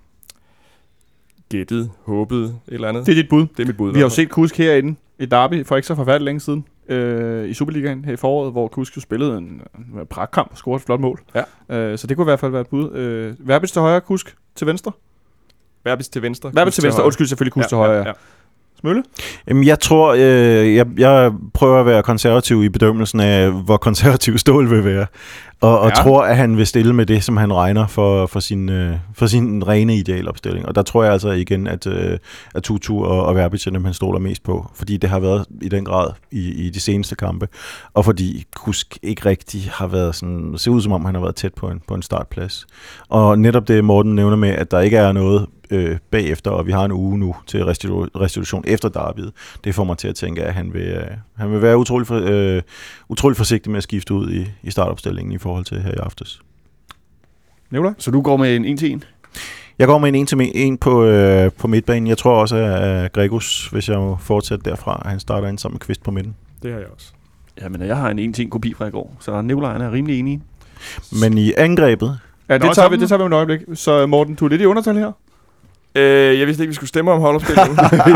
gættet, håbet, et eller andet. Det er dit bud. Det er mit bud. Vi har jo set Kusk herinde i Derby for ikke så forfærdeligt længe siden. Øh, I Superligaen her i foråret, hvor Kusk jo spillede en, en pragtkamp og scorede et flot mål. Ja. Øh, så det kunne i hvert fald være et bud. Øh, Verbitz til højre, Kusk til venstre. Verbitz til venstre. Verbitz til venstre. Undskyld, selvfølgelig Kusk ja, til højre. Ja. Ja, ja. Smølle? Jamen, jeg tror, øh, jeg, jeg prøver at være konservativ i bedømmelsen af, hvor konservativ Stål vil være. Og, og Ja. tror, at han vil stille med det, som han regner for, for, sin, øh, for sin rene idealopstilling. Og der tror jeg altså igen, at, øh, at Tutu og, og Verbitz er dem, han stoler mest på. Fordi det har været i den grad i, i de seneste kampe. Og fordi Kusk ikke rigtig har været sådan, ser ud som om, han har været tæt på en, på en startplads. Og netop det, Morten nævner med, at der ikke er noget øh, bagefter, og vi har en uge nu til restitu- restitution efter derbyet. Det får mig til at tænke, at han vil, øh, han vil være utrolig, for, øh, utrolig forsigtig med at skifte ud i, i startopstillingen i forhold til her i aftes. Nicolaj? Så du går med en en til en? Jeg går med en en til en på, øh, på midtbanen. Jeg tror også, at Gregus, hvis jeg må fortsætte derfra, han starter ind sammen med Kvist på midten. Det har jeg også. Jamen, jeg har en en til en kopi fra i går, så Nicolaj er rimelig enig. Men i angrebet, Ja, det Nå, tager, vi, sammen. det tager vi om et øjeblik. Så Morten, du er lidt i undertal her. Øh, jeg vidste ikke, vi skulle stemme om holdopstillingen.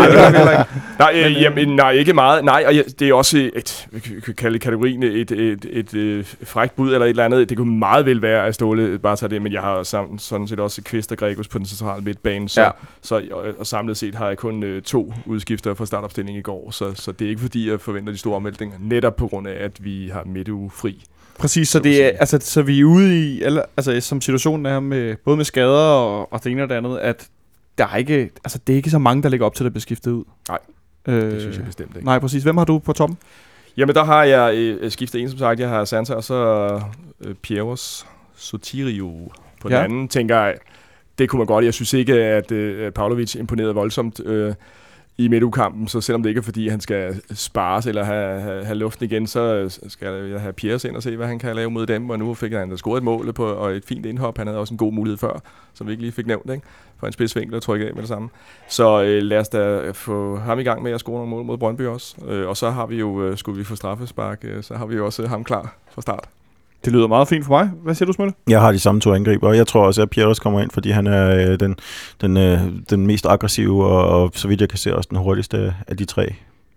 nej, øh, jamen, nej, ikke meget. Nej, og jeg, det er også et, vi kan kalde det kategorien, et, et, et, et, et frækt bud eller et eller andet. Det kunne meget vel være, at Ståle bare tager det, men jeg har sammen, sådan set også Kvist og Gregus på den centrale midtbane, så, Ja. så og, og samlet set har jeg kun øh, to udskifter fra startopstillingen i går, så, så det er ikke fordi, jeg forventer de store omvæltninger, netop på grund af, at vi har midtuge fri. Præcis, så, det er, altså, så vi er ude i, eller, altså som situationen er med, både med skader og, og det ene og det andet, at der er ikke, altså det er ikke så mange, der ligger op til at blive skiftet ud. Nej, øh, Det synes jeg bestemt ikke. Nej, præcis. Hvem har du på toppen? Jamen, der har jeg øh, skiftet en, som sagt. Jeg har Santa og så øh, Pieros Sotirio på den Ja. anden. Tænker jeg, det kunne man godt. Jeg synes ikke, at øh, Pavlovic imponerede voldsomt øh, i midtugekampen, så selvom det ikke er, fordi han skal spares eller have, have, have luften igen, så skal jeg have Pieros ind og se, hvad han kan lave mod dem. Og nu fik han da scoret et mål på, og et fint indhop. Han havde også en god mulighed før, som vi ikke lige fik nævnt, ikke? For en spidsvinkel og trykke af med det samme. Så øh, lad os da få ham i gang med at score nogle mål mod Brøndby også. Øh, og så har vi jo, øh, skulle vi få straffespark, øh, så har vi jo også øh, ham klar fra start. Det lyder meget fint for mig. Hvad siger du, Smølle? jeg har de samme to angriber, og jeg tror også, at Pieros kommer ind, fordi han er øh, den, den, øh, den mest aggressive, og, og så vidt jeg kan se, også den hurtigste af de tre.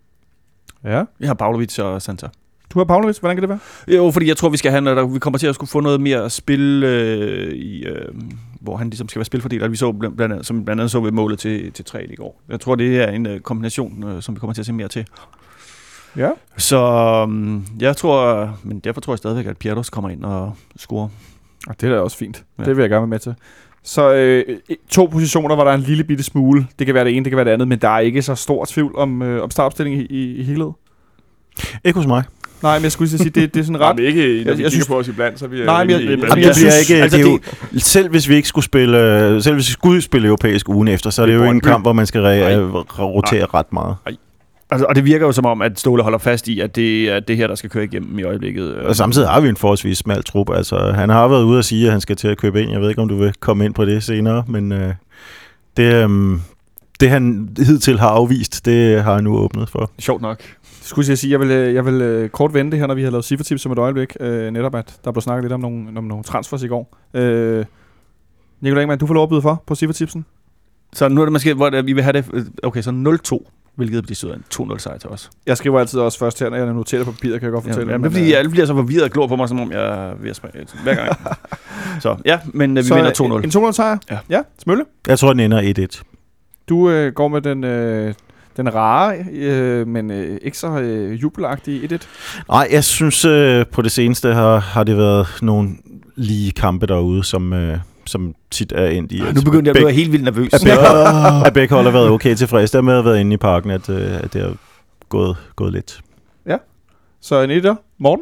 Ja. Jeg har Pavlovic og Santa. Du har Pavlovic. Hvordan kan det være? Jo, fordi jeg tror, vi skal have, der, vi kommer til at skulle få noget mere spil, øh, i, øh, hvor han ligesom skal være spilfordeler. Vi så blandt andet, som blandt andet så ved målet til, til tre i går. Jeg tror, det er en øh, kombination, øh, som vi kommer til at se mere til. Ja. Så øh, jeg tror, men derfor tror jeg stadigvæk, at Pieros kommer ind og scorer. Og det er da også fint. Ja. Ja. Det vil jeg gerne være med til. Så øh, to positioner, hvor der er en lille bitte smule. Det kan være det ene, det kan være det andet, men der er ikke så stor tvivl om, øh, om startopstilling i, i, i helhed. Ikke hos mig. Nej, men jeg skulle lige sige, det, det er sådan ret... Jamen ikke, når Jeg- vi jeg kigger synes- på os iblandt, så er vi... Nej, men jeg- rimelig enige. Jamen, Jamen, jeg det bliver synes- ikke, altså, det er jo, selv hvis vi ikke skulle spille, selv hvis vi skulle spille europæisk ugen efter, så er det, Det det er jo en Brøndby. kamp, hvor man skal re- Nej. rotere Nej. ret meget. Altså, og det virker jo som om, at Ståle holder fast i, at det er det her, der skal køre igennem i øjeblikket. Og samtidig har vi en forholdsvis smal trup. Altså, han har været ude at sige, at han skal til at købe ind. Jeg ved ikke, om du vil komme ind på det senere, men øh, det, øh, det, han hidtil har afvist, det har han nu åbnet for. Sjovt nok. Det skulle jeg sige, jeg vil, øh, jeg vil øh, kort vente her, når vi har lavet cifretips som et øjeblik. Øh, netop at der blev snakket lidt om nogle, om nogle transfers i går. Øh, Nicolai Ingemann, du får lov at byde for på cifretipsen. Så nu er det måske, hvor det, vi vil have det... Okay, så nul to, hvilket betyder en to nul sejr til os. Jeg skriver altid også først her, når jeg noterer det på papiret, kan jeg godt Ja, fortælle. jamen, det er fordi, alle bliver så forvirret og glor på mig, som om jeg er ved at smage hver gang. Så ja, men øh, vi så, vinder to nul. En to nul sejr? Ja. Ja, Smølle. Jeg tror, den ender et et. Du øh, går med den, øh, den rare, øh, men øh, ikke så øh, jubelagtige et et. Nej, jeg synes, øh, på det seneste har, har det været nogle lige kampe derude, som, øh, som tit er endt i. Nu begyndte jeg at blive helt vildt nervøs. At begge, at begge hold har været okay tilfreds. Der med at have været inde i parken, at, øh, at det har gået, gået lidt. Så en etter. Morten?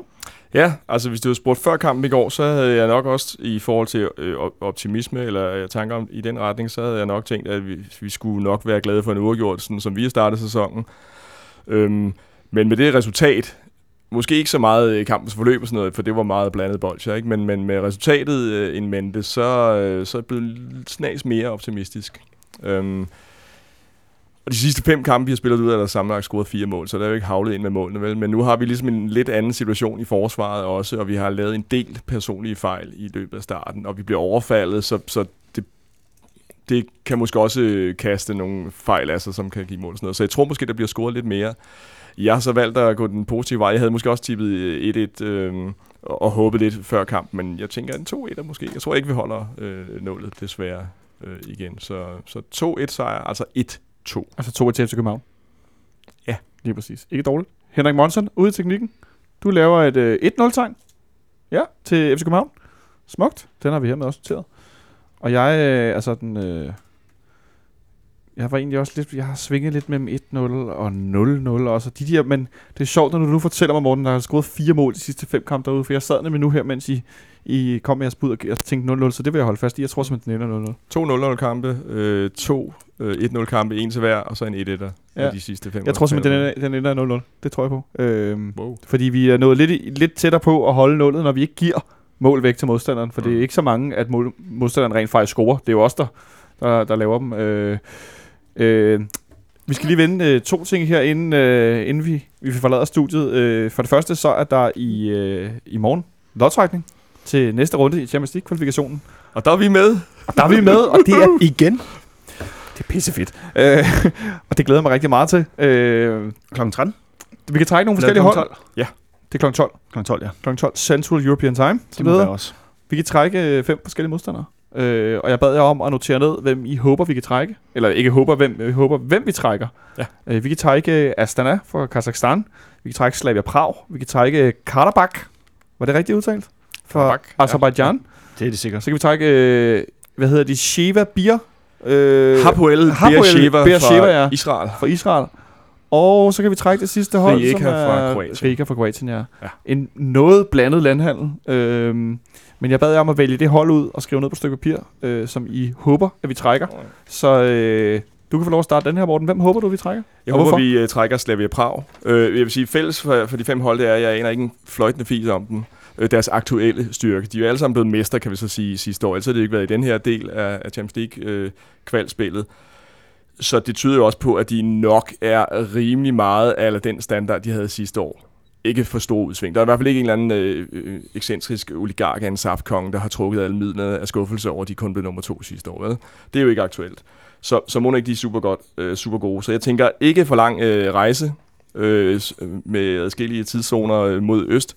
Ja, altså hvis du havde spurgt før kampen i går, så havde jeg nok også i forhold til øh, optimisme, eller tanker om i den retning, så havde jeg nok tænkt, at vi, vi skulle nok være glade for en uafgjort, sådan som vi har startet sæsonen. Øhm, men med det resultat, måske ikke så meget i kampens forløb og sådan noget, for det var meget blandet bolsjer, ikke? Men, men med resultatet øh, in mente, så, øh, så er jeg blevet snas mere optimistisk. Øhm, og de sidste fem kampe, vi har spillet ud af, der sammenlagt scoret fire mål, så der er jo ikke havlet ind med målene, vel? Men nu har vi ligesom en lidt anden situation i forsvaret også, og vi har lavet en del personlige fejl i løbet af starten, og vi bliver overfaldet, så, så det, det kan måske også kaste nogle fejl af sig, som kan give mål og sådan noget. Så jeg tror måske, der bliver scoret lidt mere. Jeg har så valgt at gå den positive vej. Jeg havde måske også tippet et et øh, og håbet lidt før kampen, men jeg tænker en to et er måske. Jeg tror ikke, vi holder øh, nålet desværre øh, igen. Så, så to et sejr, altså et to. Altså to et til F C København? Ja. Lige præcis. Ikke dårligt. Henrik Monson, ude i teknikken. Du laver et øh, et nul-tegn. Ja, til F C København. Smukt. Den har vi hermed også noteret. Og jeg, øh, altså den... Øh, jeg var egentlig også lidt... Jeg har svinget lidt mellem et nul og nul nul også. De der, men det er sjovt, når du nu fortæller mig, Morten, der har scoret fire mål de sidste fem kampe derude. For jeg sad nemlig nu her, mens I, I kom med jeres bud, og jeg tænkte nul nul, så det vil jeg holde fast i. Jeg tror simpelthen, den ender nul nul. To nul nul kampe, øh, to øh, et nul kampe, en til hver, og så en et etter ja. de sidste fem. Jeg tror simpelthen, den ender, den ender nul nul. Det tror jeg på. Øhm, wow. Fordi vi er nået lidt, lidt tættere på at holde nullet, når vi ikke giver mål væk til modstanderen. For mm. det er ikke så mange, at mål, modstanderen rent faktisk scorer. Det er jo os, der, der, der laver dem. Øh, øh, vi skal lige vende øh, to ting her, inden, øh, inden vi, vi forlader studiet. Øh, for det første, så er der i, øh, i morgen lodtrækning til næste runde i Champions League-kvalifikationen. Og der er vi med. Og der er vi med, og det er igen. Det er pissefedt. Øh, og det glæder jeg mig rigtig meget til. Øh, klokken tretten. Vi kan trække nogle forskellige hold. tolv. Ja. Det er klokken tolv. klokken tolv, ja. klokken tolv Central European Time. Det må være også. Vi kan trække øh, fem forskellige modstandere. Øh, og jeg bad jer om at notere ned, hvem I håber, vi kan trække. Eller ikke håber, hvem vi håber, hvem vi trækker. Ja. Øh, vi kan trække Astana fra Kazakhstan. Vi kan trække Slavia Prag. Vi kan trække Karabakh. Var det rigtigt udtalt? Fra Azerbaijan. Ja. Det er det sikkert. Så kan vi trække, øh, hvad hedder de, Sheva Bir. Øh, Hapoel Beersheva fra ja. Israel. Fra Israel. Og så kan vi trække det sidste hold, Rijeka som er fra Kroatien. Rijeka fra Kroatien, ja. ja. En noget blandet landhandel. Øhm, men jeg bad jer om at vælge det hold ud og skrive ned på et stykke papir, øh, som I håber, at vi trækker. Okay. Så øh, du kan få lov at starte den her, Morten. Hvem håber du, vi trækker? Jeg og håber, hvorfor? vi uh, trækker Slavia Prag. Uh, jeg vil sige, fælles for, for de fem hold, det er, jeg aner ikke en fløjtende fis om dem. Uh, deres aktuelle styrke. De er jo alle sammen blevet mester, kan vi så sige, sidste år. Ellers har det ikke været i den her del af, af Champions League-kvalspillet. Uh, Så det tyder jo også på, at de nok er rimelig meget af den standard, de havde sidste år. Ikke for stor udsving. Der er i hvert fald ikke en eller anden øh, ekscentrisk oligark af en saftkonge, der har trukket alle midlerne af skuffelse over, at de kun blev nummer to sidste år. Vel? Det er jo ikke aktuelt. Så, så må ikke de er super, godt, øh, super gode. Så jeg tænker ikke for lang øh, rejse øh, med adskillige tidszoner mod øst.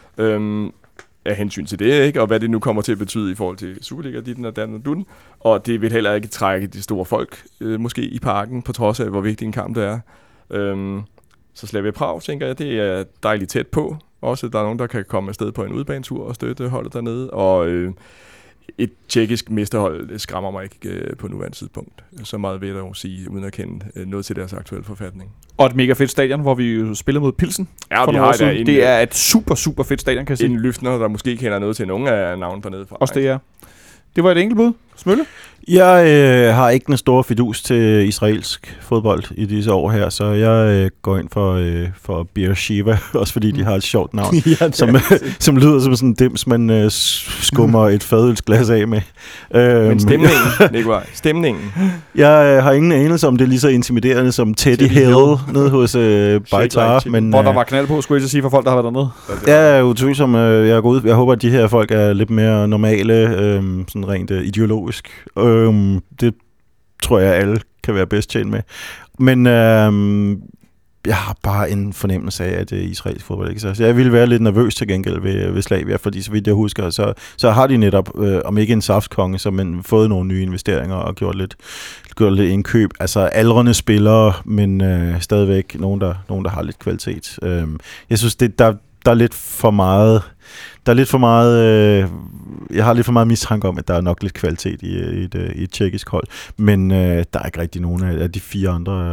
Øh, af hensyn til det, ikke? Og hvad det nu kommer til at betyde i forhold til Superliga, ditten og datten og dutten. Og det vil heller ikke trække de store folk, øh, måske i parken, på trods af, hvor vigtig en kamp det er. Øhm, så Slavia Prag, tænker jeg, det er dejligt tæt på. Også der er nogen, der kan komme afsted på en udbanetur og støtte holdet dernede. Og øh, et tjekkisk mesterhold skræmmer mig ikke øh, på nuværende tidspunkt. Så meget vil jeg dog sige, uden at kende øh, noget til deres aktuelle forfatning. Og et mega fedt stadion, hvor vi jo spiller mod Pilsen. Ja, vi har det, en, det er et super, super fedt stadion, kan jeg sige. En løftner, der måske kender noget til nogle af navnene dernede fra. Også det er. Det var et enkelt bud. Smølle? Jeg øh, har ikke den store fidus til israelsk fodbold i disse år her, så jeg øh, går ind for, øh, for Beersheva, også fordi de har et sjovt navn, ja, som, øh, som lyder som sådan en dims, man øh, skummer et fadølsglas af med. Øh, Men stemningen, Nikolaj, stemningen. Jeg øh, har ingen anelse om det er lige så intimiderende som Teddy, Teddy Hill, Hill nede hos øh, Beitar. Men, hvor der var knald på, skulle jeg så sige, for folk, der har været dernede. Ja, utvivlsomt. Øh, jeg, går ud, jeg håber, at de her folk er lidt mere normale, øh, sådan rent øh, ideologisk. Øh, det tror jeg, alle kan være bedst tjent med. Men øh, jeg har bare en fornemmelse af, at det er israelsk fodbold. Ikke? Så jeg ville være lidt nervøs til gengæld ved, ved Slavia, fordi så vidt jeg husker, så, så har de netop, øh, om ikke en saftkonge, så men fået nogle nye investeringer og gjort lidt, gjort lidt indkøb. Altså aldrende spillere, men øh, stadigvæk nogen der, nogen, der har lidt kvalitet. Øh, jeg synes, det, der, der er lidt for meget... Der er lidt for meget, øh, jeg har lidt for meget mistanke om, at der er nok lidt kvalitet i, i, et, i et tjekkisk hold, men øh, der er ikke rigtig nogen af de fire andre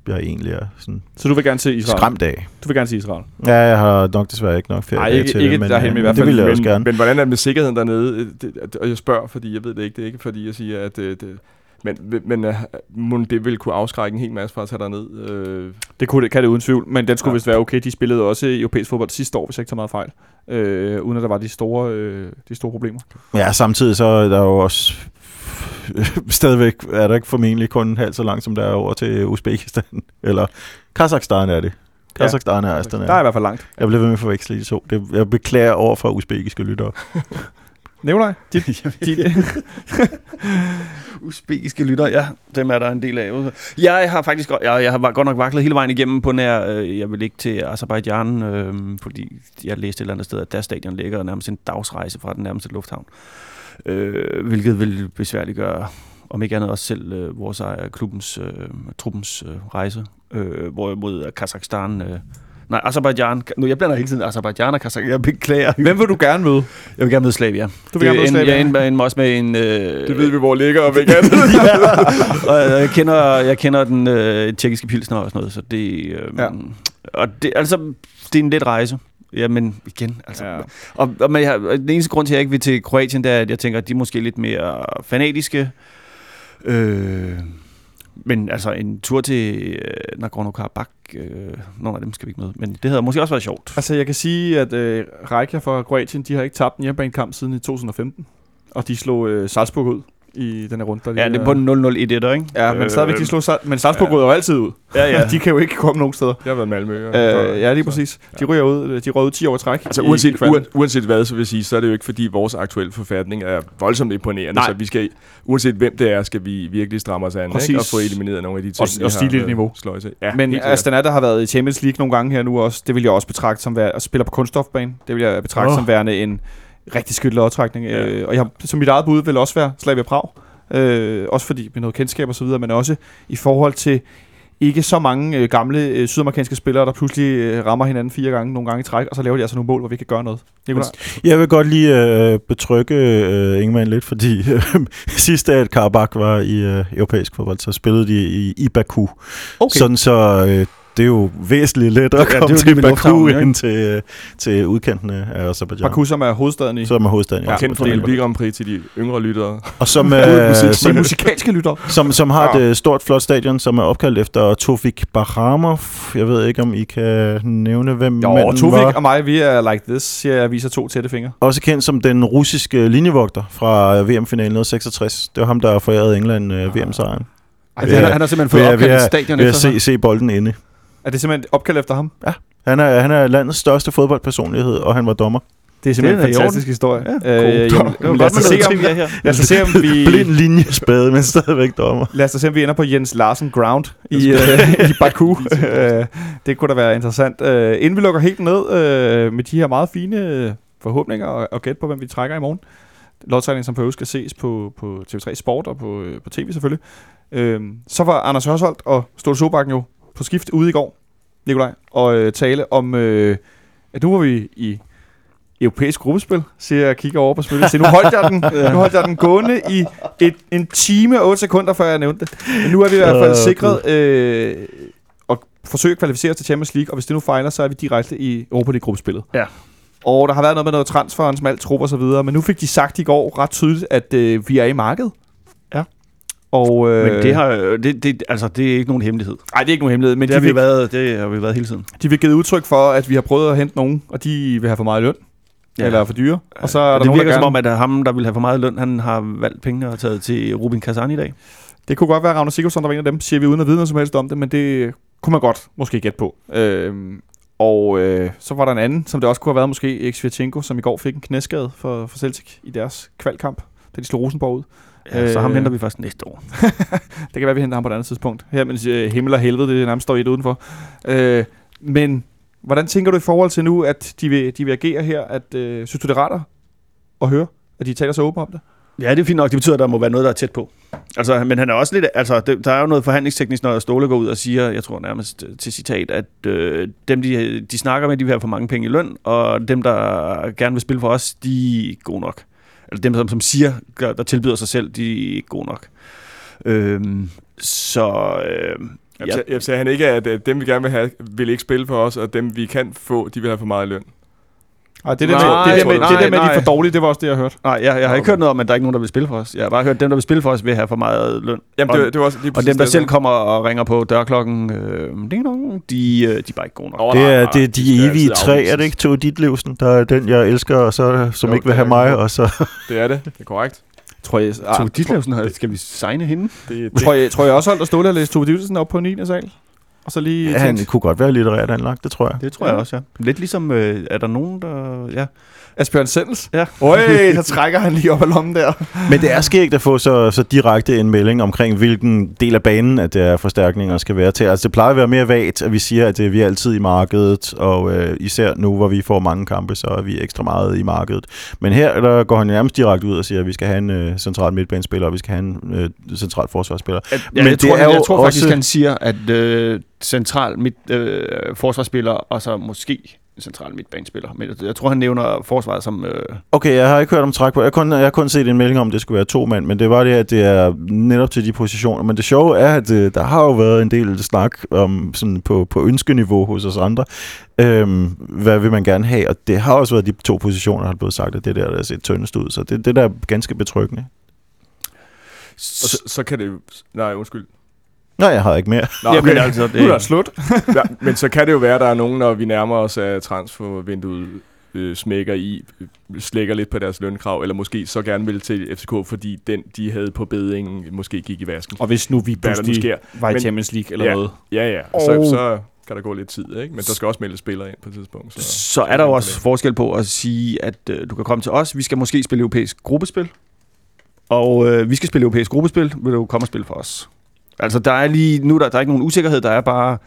jeg egentlig er sådan Så du vil gerne se Israel? skræmt af. Du vil gerne se Israel? Ja, jeg har nok desværre ikke nok ferie Nej, ikke, til ikke det, men, derhen, men i men hvert det fald. vil jeg men, også gerne. Men hvordan er det med sikkerheden dernede? Det, og jeg spørger, fordi jeg ved det ikke. Det er ikke, fordi jeg siger, at det, det men, men uh, må det vil kunne afskrække en hel masse fra at tage derned? Uh... Det kunne det, kan det uden tvivl, men den skulle Ja. vist være okay. De spillede også europæisk fodbold sidste år, hvis jeg ikke tager meget fejl, øh, uden at der var de store, øh, de store problemer. Ja, samtidig så er der jo også stadigvæk er der ikke formentlig kun halvt så langt, som der er over til Uzbekistan. Eller Kazakhstan er det. Kazakhstan er Astana. Der er i hvert fald langt. Jeg blev ved med at forveksle de to. Det, jeg beklager over for uzbekiske lyttere. Nævner jeg? De, de, Uzbekiske lytter, ja, dem er der en del af. Jeg har faktisk jeg, jeg har godt nok vaklet hele vejen igennem på nær, øh, jeg vil ikke til Aserbajdsjan, øh, fordi jeg læste et eller andet sted, at deres stadion ligger nærmest en dagsrejse fra den nærmeste lufthavn. Øh, hvilket vil besværliggøre, om ikke andet også selv øh, vores ejer, klubbens, øh, truppens øh, rejse. Øh, hvorimod Kazakhstan... Øh, nej, Aserbajdsjan... Nu, jeg blander hele tiden Aserbajdsjan og Kazakhstan. Jeg beklager. Hvem vil du gerne møde? Jeg vil gerne møde Slavia. Du vil gerne møde Slavia? Jeg endte end, også med en... Øh, Det ved vi, hvor ligger og ikke andet. ja, og jeg kender, jeg kender den øh, tjekkiske pilsner og sådan noget, så det... Øh, Ja. Og det, altså, det er en let rejse. Ja, men igen, altså... Ja. Og, og men jeg, den eneste grund til, at jeg ikke vil til Kroatien, det er, at jeg tænker, at de er måske lidt mere fanatiske. Øh, men altså, en tur til øh, Nagorno-Karabakh, øh, nogle af dem skal vi ikke møde. Men det havde måske også været sjovt. Altså, jeg kan sige, at øh, Rijeka fra Kroatien, de har ikke tabt en hjemmebanekamp siden i to tusind og femten. Og de slog øh, Salzburg ud i den her runde. Der Ja, det er på nul nul et etter, ikke? Ja, men stadigvæk, de slog Sal- men Salzburg ja. ryger jo altid ud. Ja, ja. De kan jo ikke komme nogen steder. Jeg har været Malmø. Øh, ja, lige præcis. De ryger ud, de ryger ud ti år i træk. Altså i- uanset, i kvalden. uan, uanset hvad, så vil jeg sige, så er det jo ikke fordi vores aktuelle forfatning er voldsomt imponerende, Nej. så vi skal, uanset hvem det er, skal vi virkelig stramme os an, Præcis. ikke? Og få elimineret nogle af de ting, Og- vi og stige har, lidt øh, niveau. sløjt til. Ja, Men helt sikkert. Astana, der har været i Champions League nogle gange her nu også, det vil jeg også betragte som værende, at spiller på kunststofbane, det vil jeg betragte Oh. som værende en rigtig skyld lodtrækning. Ja. Øh, og jeg, som mit eget bud vil også være Slavia Prag. Øh, også fordi med noget kendskab og så videre, men også i forhold til ikke så mange øh, gamle øh, sydamerikanske spillere, der pludselig øh, rammer hinanden fire gange, nogle gange i træk, og så laver de altså nogle mål, hvor vi kan gøre noget. Nikolaj? Jeg vil godt lige øh, betrygge øh, Ingemann lidt, fordi øh, sidst at Karabakh var i øh, europæisk fodbold, så spillede de i, i Baku. Okay. Sådan så øh, det er jo væsentligt let at Ja, komme det er jo til lige ved Baku lufthavnen, ikke? ind til, øh, til udkantene af Aserbajdsjan. Baku, som er hovedstaden i... Så er man hovedstaden i Ja, Kendt fra det er Melodi Grand Prix til de yngre lyttere. Og som, Ude øh, musik, som, de musikalske lytter. som, som har Ja. et øh, stort, flot stadion, som er opkaldt efter Tofik Bahramov. Jeg ved ikke, om I kan nævne, hvem Jo, manden Tofik var. og mig, vi er like this, siger jeg, viser to tætte fingre. Også kendt som den russiske linjevogter fra V M-finalen nitten seksogtres. Det var ham, der forærede England øh, V M-sejren. Altså, han, han har simpelthen fået Ved- opkaldt ved- stadion Ved efter at sig. se, se bolden inde. Er det simpelthen opkaldt efter ham? Han er, han er landets største fodboldpersonlighed, og han var dommer. Det er simpelthen Det er en i fantastisk historie. Ja, øh, det jamen, var lad os godt da med se, noget om, trivia her. lad os da se, om vi... Blind linjespade, men stadigvæk dommer. Lad os da se, om vi ender på Jens Larsen Ground i, øh, i Baku. Øh, det kunne da være interessant. Øh, inden vi lukker helt ned øh, med de her meget fine øh, forhåbninger og, og gæt på, hvem vi trækker i morgen. Lodtrækningen, som på øvrigt skal ses på, på T V tre Sport og på, øh, på tv selvfølgelig. Øh, så var Anders Hørsholt og Ståle Sobakken jo på skift ude i går, Nikolaj, og øh, tale om, øh, at nu var vi i europæisk gruppespil, siger jeg kigger over på spillet. Så nu holdt jeg den, nu holdt jeg den gående i et, en time og otte sekunder, før jeg nævnte det. Men nu er vi i hvert fald sikret øh, at forsøge at kvalificere os til Champions League, og hvis det nu fejler, så er vi direkte i Europa League-gruppespillet. Ja. Og der har været noget med noget transfer, en smal trup og så videre, men nu fik de sagt i går ret tydeligt, at øh, vi er i markedet. Ja. Og, øh, Men det, har, det, det, altså, det er ikke nogen hemmelighed. Nej, det er ikke nogen hemmelighed, men Det har, de vi fik, været, det har vi været hele tiden. de fik givet udtryk for, at vi har prøvet at hente nogen, og de vil have for meget løn. Ja. Eller for dyre. Og så er der det nogen, virker der som gerne... om, at ham, der vil have for meget løn, han har valgt pengene og taget til Rubin Kazan i dag. Det kunne godt være, Ragnar Sigurdsson, der var en af dem, siger vi uden at vide noget som helst om det, men det kunne man godt måske gætte på. Øhm, og øh, så var der en anden, som det også kunne have været måske, Eksvierchenko, som i går fik en knæskade for, for Celtic i deres kvalkamp, da de slog Rosenborg ud. Ja, så ham Øh. henter vi først næste år. Det kan være, vi henter ham på et andet tidspunkt. Her, mens øh, himmel og helvede, det nærmest står et udenfor. Øh, men hvordan tænker du i forhold til nu, at de vil, de vil agere her? At, øh, synes du, det er rart at- at høre, at de taler så åbent om det? Ja, det er fint nok. Det betyder, at der må være noget, der er tæt på. Altså, men han er også lidt... Altså, det, der er jo noget forhandlingsteknisk, når Ståle går ud og siger, jeg tror nærmest til citat, at øh, dem, de, de snakker med, de vil have for mange penge i løn, og dem, der gerne vil spille for os, de er ikke gode nok. Eller dem, som, som siger, der tilbyder sig selv, de er ikke gode nok. Øhm, så... Øh, Jeg, jeg, jeg siger han ikke, at, at dem vi gerne vil have, vil ikke spille for os, og dem vi kan få, de vil have for meget løn. Ej, det er det, nej, med, det, der med, nej, det der med, at de er for dårlige, det var også det, jeg hørte. Nej, jeg, jeg har okay. ikke hørt noget om, at der er ikke nogen, der vil spille for os. Jeg har bare hørt, at dem, der vil spille for os, vil have for meget løn. Jamen, og, det, det var også lige og dem, der selv kommer og ringer på dørklokken, øh, de, de er bare ikke gode nok. Oh, det er, det er de, de evige tre, er det ikke? Tove Ditlevsen, der er den, jeg elsker, og så, som jo, ikke vil have mig, og så... Det er det, det er korrekt. Tror jeg... Ah, Tove Ditlevsen, skal vi signe hende? Det, det. Tror, jeg, tror jeg også holdt at Ståle har læst Tove Ditlevsen op på niende sal? Og så lige ja, han kunne godt være litterært anlagt, det tror jeg. Det tror jeg også, ja. Lidt ligesom, øh, er der nogen, der... Ja. Asbjørn Sendels? Ja. Øj, der trækker han lige op af lommen der. Men det er skægt at få så, så direkte en melding omkring, hvilken del af banen, at der forstærkninger skal være til. Altså det plejer at være mere vagt, at vi siger, at vi er altid i markedet, og øh, især nu, hvor vi får mange kampe, så er vi ekstra meget i markedet. Men her der går han nærmest direkte ud og siger, at vi skal have en øh, central midtbanespiller, og vi skal have en øh, central forsvarsspiller. Ja, Men jeg, det tror, er jeg, jo jeg tror faktisk, også... han siger, at øh, central midt, øh, forsvarsspiller, og så måske central midtbanespiller. Men jeg, jeg tror, han nævner forsvaret som... Øh... Okay, jeg har ikke hørt om træk på. Jeg har kun, jeg har kun set en melding om, at det skulle være to mand, men det var det, at det er netop til de positioner. Men det sjove er, at øh, der har jo været en del snak om, sådan på, på ønskeniveau hos os andre. Øhm, hvad vil man gerne have? Og det har også været de to positioner, der har blevet sagt, at det der, der er set tyndest ud. Så det, det der er ganske betryggende. Så, så kan det... Nej, undskyld. Nej, jeg har ikke mere. Nå, okay. Jamen, altså, det er slut. Ja, men så kan det jo være, at der er nogen, når vi nærmer os af transfervinduet, øh, smækker i, øh, slækker lidt på deres lønkrav, eller måske så gerne vil til F C K, fordi den, de havde på bedingen, måske gik i vasken. Og hvis nu vi pludselig var i men, Champions League eller ja, noget. Ja, ja. Og Så, så kan der gå lidt tid, ikke? Men der skal også melde spillere ind på et tidspunkt. Så, så er der jo også forskel på at sige, at øh, du kan komme til os, vi skal måske spille europæisk gruppespil, og øh, vi skal spille europæisk gruppespil, vil du komme og spille for os. Altså, der er lige nu der, der er ikke nogen usikkerhed, der er bare,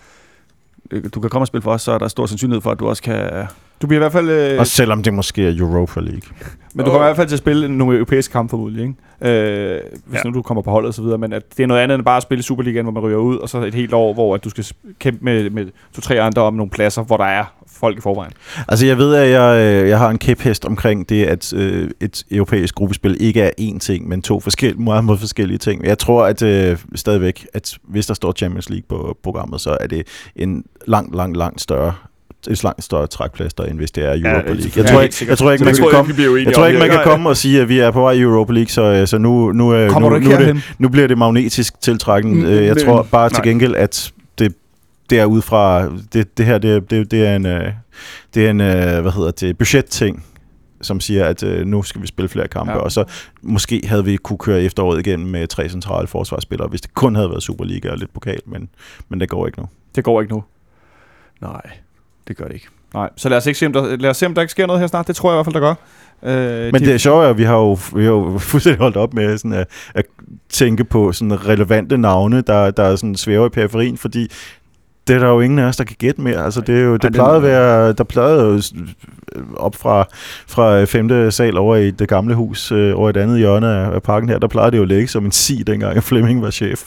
øh, du kan komme og spille for os, så er der stor sandsynlighed for, at du også kan... Du bliver i hvert fald... Øh, og selvom det måske er Europa League. Men du kommer i hvert fald til at spille nogle europæiske kampe formodentlig, ikke? Øh, hvis ja. nu du kommer på holdet og så videre, men at det er noget andet end bare at spille Superligaen, hvor man ryger ud, og så et helt år, hvor at du skal kæmpe med, med to-tre andre om nogle pladser, hvor der er folk i forvejen. Altså jeg ved, at jeg, jeg har en kæphest omkring det, at øh, et europæisk gruppespil ikke er én ting, men to forskellige, meget, meget forskellige ting. Jeg tror at øh, stadigvæk, at hvis der står Champions League på programmet, så er det en langt, langt, langt større et langt større trækplaster, end hvis det er Europa ja, League. Jeg tror ikke, jeg tror ikke, man kan komme, jeg tror ikke, man kan komme og sige, at vi er på vej i Europa League, så, så nu, nu, nu, nu, nu, det, nu bliver det magnetisk tiltrækkende. Mm, jeg tror bare til gengæld, at det, det er ud fra, det, det her, det, det, det er en, det er en, hvad hedder det, budgetting, som siger, at øh, nu skal vi spille flere kampe, ja. Og så måske havde vi kunne køre efteråret igennem med tre centrale forsvarsspillere, hvis det kun havde været Superliga og lidt pokal, men, men det går ikke nu. Det går ikke nu. Nej. Det gør det ikke. Nej, så lad os, ikke se, om der, lad os se, om der ikke sker noget her snart. Det tror jeg i hvert fald, der gør. Øh, Men de... det er sjovt, at vi har jo, vi har jo fuldstændig holdt op med sådan at, at tænke på sådan relevante navne, der, der er sådan svæver i periferien, fordi det er der jo ingen af os, der kan gætte mere. Altså, det er jo, det plejede at være, der plejede jo op fra, fra femte sal over i det gamle hus, øh, over et andet hjørne af parken her, der plejede det jo at ligge som en si, dengang Flemming var chef.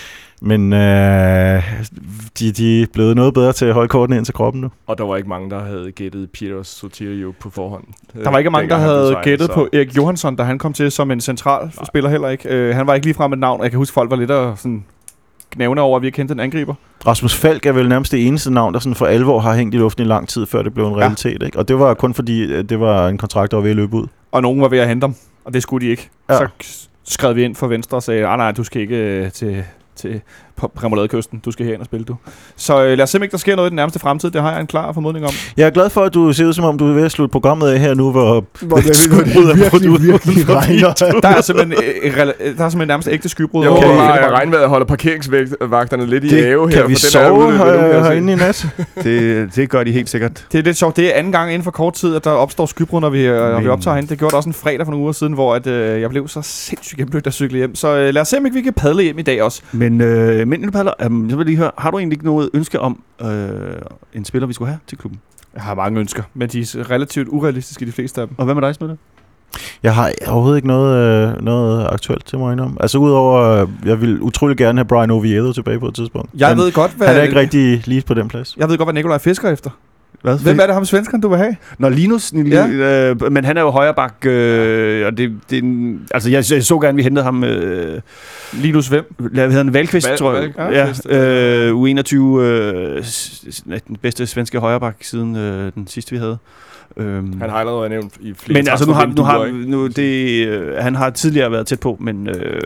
Men øh, de, de er blevet noget bedre til at holde kortene ind til kroppen nu. Og der var ikke mange, der havde gættet Peter Sotirio på forhånd. Der var ikke mange, der havde gættet på Erik Johansson, da han kom til som en central Nej. spiller heller ikke. Uh, han var ikke ligefrem et navn. Jeg kan huske, folk var lidt og sådan knævne over, at vi ikke kendte en angriber. Rasmus Falk er vel nærmest det eneste navn, der sådan for alvor har hængt i luften i lang tid, før det blev en realitet. Ja. Ikke? Og det var kun fordi, det var en kontrakt, der var ved at løbe ud. Og nogen var ved at hente dem, og det skulle de ikke. Ja. Så skrev vi ind for Venstre og sagde, nej, nej, du skal ikke uh, til... til Remoladekysten. Du skal herhen og spille, du. Så øh, lad os se, ikke der sker noget i den nærmeste fremtid. Det har jeg en klar formodning om. Jeg er glad for, at du ser ud, som om du er ved at slutte programmet af her nu, hvor, hvor det skudbrud er brudt ud. Virkelig regner. Der er simpelthen, øh, der er simpelthen nærmest ægte skybrud. Jo, okay. Bare regnvejret holder parkeringsvagterne lidt i ave her. Kan vi sove herinde i nat? det, det gør de helt sikkert. Det er lidt sjovt. Det er anden gang inden for kort tid, at der opstår skybrud, når vi, øh, når vi optager herinde. Det gjorde det også en fredag for nogle uger siden, hvor at, øh, jeg blev så sindssygt gennemblødt at cykle hjem. Så øh, lad os se, om ikke vi kan padle hjem i dag også. Men øh, men padler, um, jeg vil lige høre, har du egentlig noget ønske om øh, en spiller, vi skulle have til klubben? Jeg har mange ønsker, men de er relativt urealistiske, de fleste af dem. Og hvad med dig, Smitte? Jeg har overhovedet ikke noget, øh, noget aktuelt til mig om. Altså udover, øh, jeg vil utrolig gerne have Brian Oviedo tilbage på et tidspunkt. Jeg han, ved godt, hvad... Han er ikke rigtig lige på den plads. Jeg ved godt, hvad Nikolaj fisker efter. Hvad? Hvem er det ham svenskeren, du vil have? Nå, Linus, Ja. øh, men han er jo højre bak, øh, og det, det er en, altså jeg, jeg så gerne, vi hentede ham, øh, Linus hvem? hvad hedder han, Valkvist, Val- tror jeg. Valkvist, Ja, øh, U enogtyve, øh, s- s- den bedste svenske højre bak siden øh, den sidste, vi havde. Øhm, Han har allerede været nævnt i flere men altså nu har, nu har transfervinduer, nu det, øh, han har tidligere været tæt på, men øh,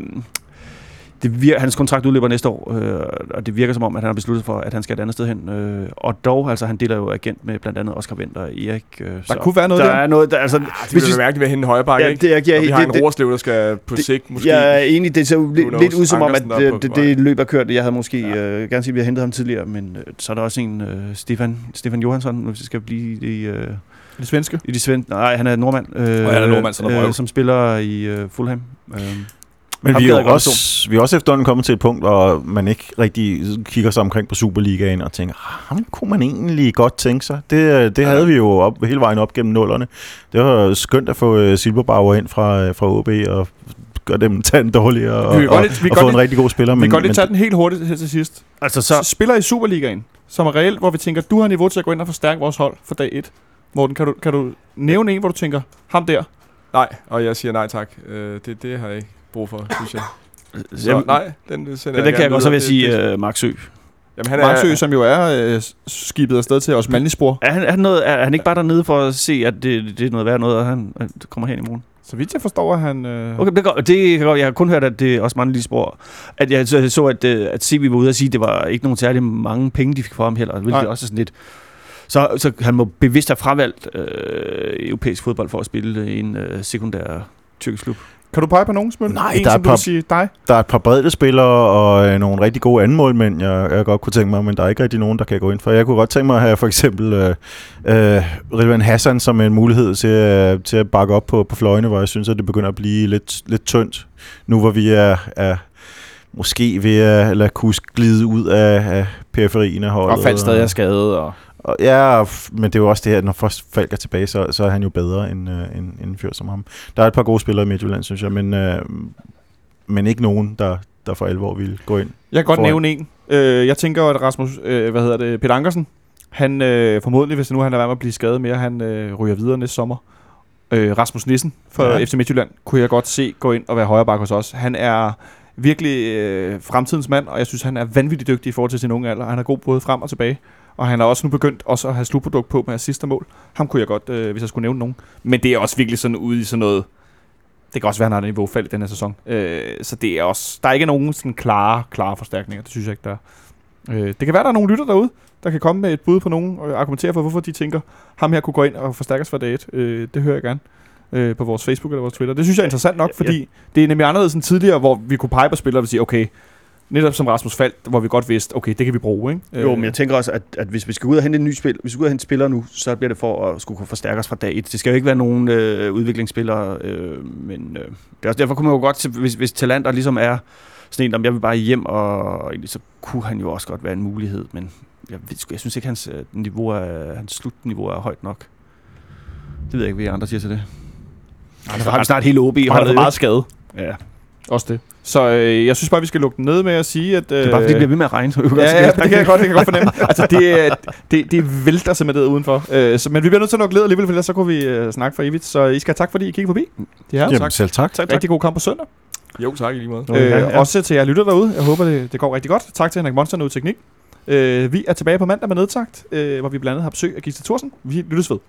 det vir- hans kontrakt udløber næste år, øh, og det virker som om, at han har besluttet for, at han skal et andet sted hen. Øh, og dog, altså han deler jo agent med blandt andet Oscar Wendt og Erik. Øh, Der kunne være noget der. der. er noget, der altså, Ah, det vil være mærkeligt ved at hente en højre bakke, ja, ikke? det, er, jeg, Og vi har en det, det, Roerslev, der skal på det- sigt måske. jeg er enig, det ser jo lidt, knows? lidt ud som om, at Ankersen er det, på det, vej. det løb er kørt. Jeg havde måske Ja. øh, gerne sige, at vi har hentet ham tidligere, men øh, så er der også en, øh, Stefan, Stefan Johansson, hvis vi skal blive i, øh, Det svenske. i de sven... Nej, han er nordmand. Øh, han er nordmand, så der er røv. Som spiller i øh, Fulham. Øh, Men ham vi gad er, jeg jo godt også, vi er også efterhånden kommet til et punkt, hvor man ikke rigtig kigger sig omkring på Superligaen og tænker, ah, ham kunne man egentlig godt tænke sig. Det, det havde vi jo op, hele vejen op gennem nullerne. Det var skønt at få uh, Silberbauer ind fra, fra O B og gøre dem tanden dårligere og, Vi kan og, godt lidt- vi kan og få godt en lidt- rigtig god spiller. Vi Men, kan godt lige men tage den helt hurtigt her til sidst. altså Så så... spiller i Superligaen, som er reelt, hvor vi tænker, du har niveau til at gå ind og forstærke vores hold for dag et. Morten, kan du, kan du nævne en, hvor du tænker, ham der? Nej, og jeg siger nej tak. Øh, det, det har jeg ikke brug for, synes jeg. Så Jamen, nej, den sender Men der kan jeg gerne godt så videre. vil sige Det- det- øh, Mark Sø. Jamen, han er, Marksø, som jo er øh, skibet afsted til Osmanli-spor. Er han, er, han noget, er han ikke bare dernede for at se, at det, det er noget værd noget, og han at det kommer hen i morgen? Så vidt jeg forstår, at han... Øh, Okay, det, går, det kan godt, jeg har kun hørt, at det er også mange lige spor. At jeg så, så at, øh, at C B var ude og sige, at det var ikke nogen særlig mange penge, de fik for ham heller, hvilket Nej. også er sådan lidt... Så, så han må bevidst have fravalgt øh, europæisk fodbold for at spille i en øh, sekundær tyrkisk klub. Kan du pege på nogen, Smøl? Nej, en, der er som et du par- vil sige dig? der er et par brede spillere og øh, nogle rigtig gode anmålmænd, jeg, jeg godt kunne tænke mig, men der er ikke rigtig nogen, der kan gå ind for. Jeg kunne godt tænke mig at have for eksempel øh, øh, Rilvan Hassan som en mulighed til, øh, til at bakke op på, på fløjene, hvor jeg synes, at det begynder at blive lidt, lidt tyndt. Nu hvor vi er, er måske ved at lade Kusk glide ud af, af periferien af holdet. Og Falk stadig er skadet. Og... Og, ja, f- men det er jo også det her, når først Falk er tilbage, så, så er han jo bedre end, øh, end, end en fyr som ham. Der er et par gode spillere i Midtjylland, synes jeg, men, øh, men ikke nogen, der, der for alvor vil gå ind. Jeg kan godt Foran. nævne en. Øh, jeg tænker jo, at Rasmus, øh, hvad hedder det, Peter Ankersen, han øh, formodentlig, hvis nu han er været med at blive skadet mere, han øh, ryger videre næste sommer. Øh, Rasmus Nissen fra Ja. ja. F C Midtjylland kunne jeg godt se gå ind og være højre bak hos os. Han er virkelig øh, fremtidens mand, og jeg synes, han er vanvittigt dygtig i forhold til sin unge alder. Han er god både frem og tilbage. Og han har også nu begyndt også at have slutprodukt på med assist og mål. Ham kunne jeg godt, øh, hvis jeg skulle nævne nogen. Men det er også virkelig sådan ude i sådan noget... Det kan også være, at han har et niveaufald i den her sæson. Øh, så det er også... Der er ikke nogen sådan klare, klare forstærkninger. Det synes jeg ikke, der er. Øh, det kan være, der er nogle lytter derude, der kan komme med et bud på nogen og argumentere for, hvorfor de tænker, ham her kunne gå ind og forstærkes fra dag et. Øh, det hører jeg gerne øh, på vores Facebook eller vores Twitter. Det synes jeg er interessant nok, fordi det er nemlig anderledes end tidligere, hvor vi kunne pege på spillere og sige, okay, netop som Rasmus Falk, hvor vi godt vidste, okay, det kan vi bruge, ikke? Jo, men jeg tænker også, at, at hvis vi skal ud og hente en ny spil, hvis vi skal ud og hente spillere nu, så bliver det for at skulle kunne forstærke os fra dag et. Det skal jo ikke være nogen øh, udviklingsspillere, øh, men øh, det er også derfor kunne man jo godt, til, hvis, hvis Talander ligesom er sådan en, om jeg vil bare hjem, og, og så kunne han jo også godt være en mulighed, men jeg, ved, sgu- jeg synes ikke, hans øh, niveau er, hans slutniveau er højt nok. Det ved jeg ikke, hvad I andre siger til det. Så har vi snart hele O B Og han er holdet. for meget skadet. Ja. Også det. Så øh, jeg synes bare, vi skal lukke den ned med at sige, at... Øh, Det er bare fordi, det bliver ved med at regne. Så vi kan godt Ja, sige, ja, at- det kan jeg godt, det kan jeg godt fornemme. Altså, det, er- det, det vælter simpelthen det udenfor. Øh, så, men vi bliver nødt til at lukke led alligevel, for ellers så kunne vi øh, snakke for evigt. Så I skal have tak, fordi I kiggede forbi. De her. Jamen, selv tak. Tak, tak. Rigtig god kamp på søndag. Jo, tak i lige måde. Ja, Øh, ja. også til jer lytter derude. Jeg håber, det, det går rigtig godt. Tak til Henrik Monster ud Teknik. Øh, vi er tilbage på mandag med Nedtakt, øh, hvor vi blandt andet har besøg af Gisle Thorsen. Vi lyttes ved.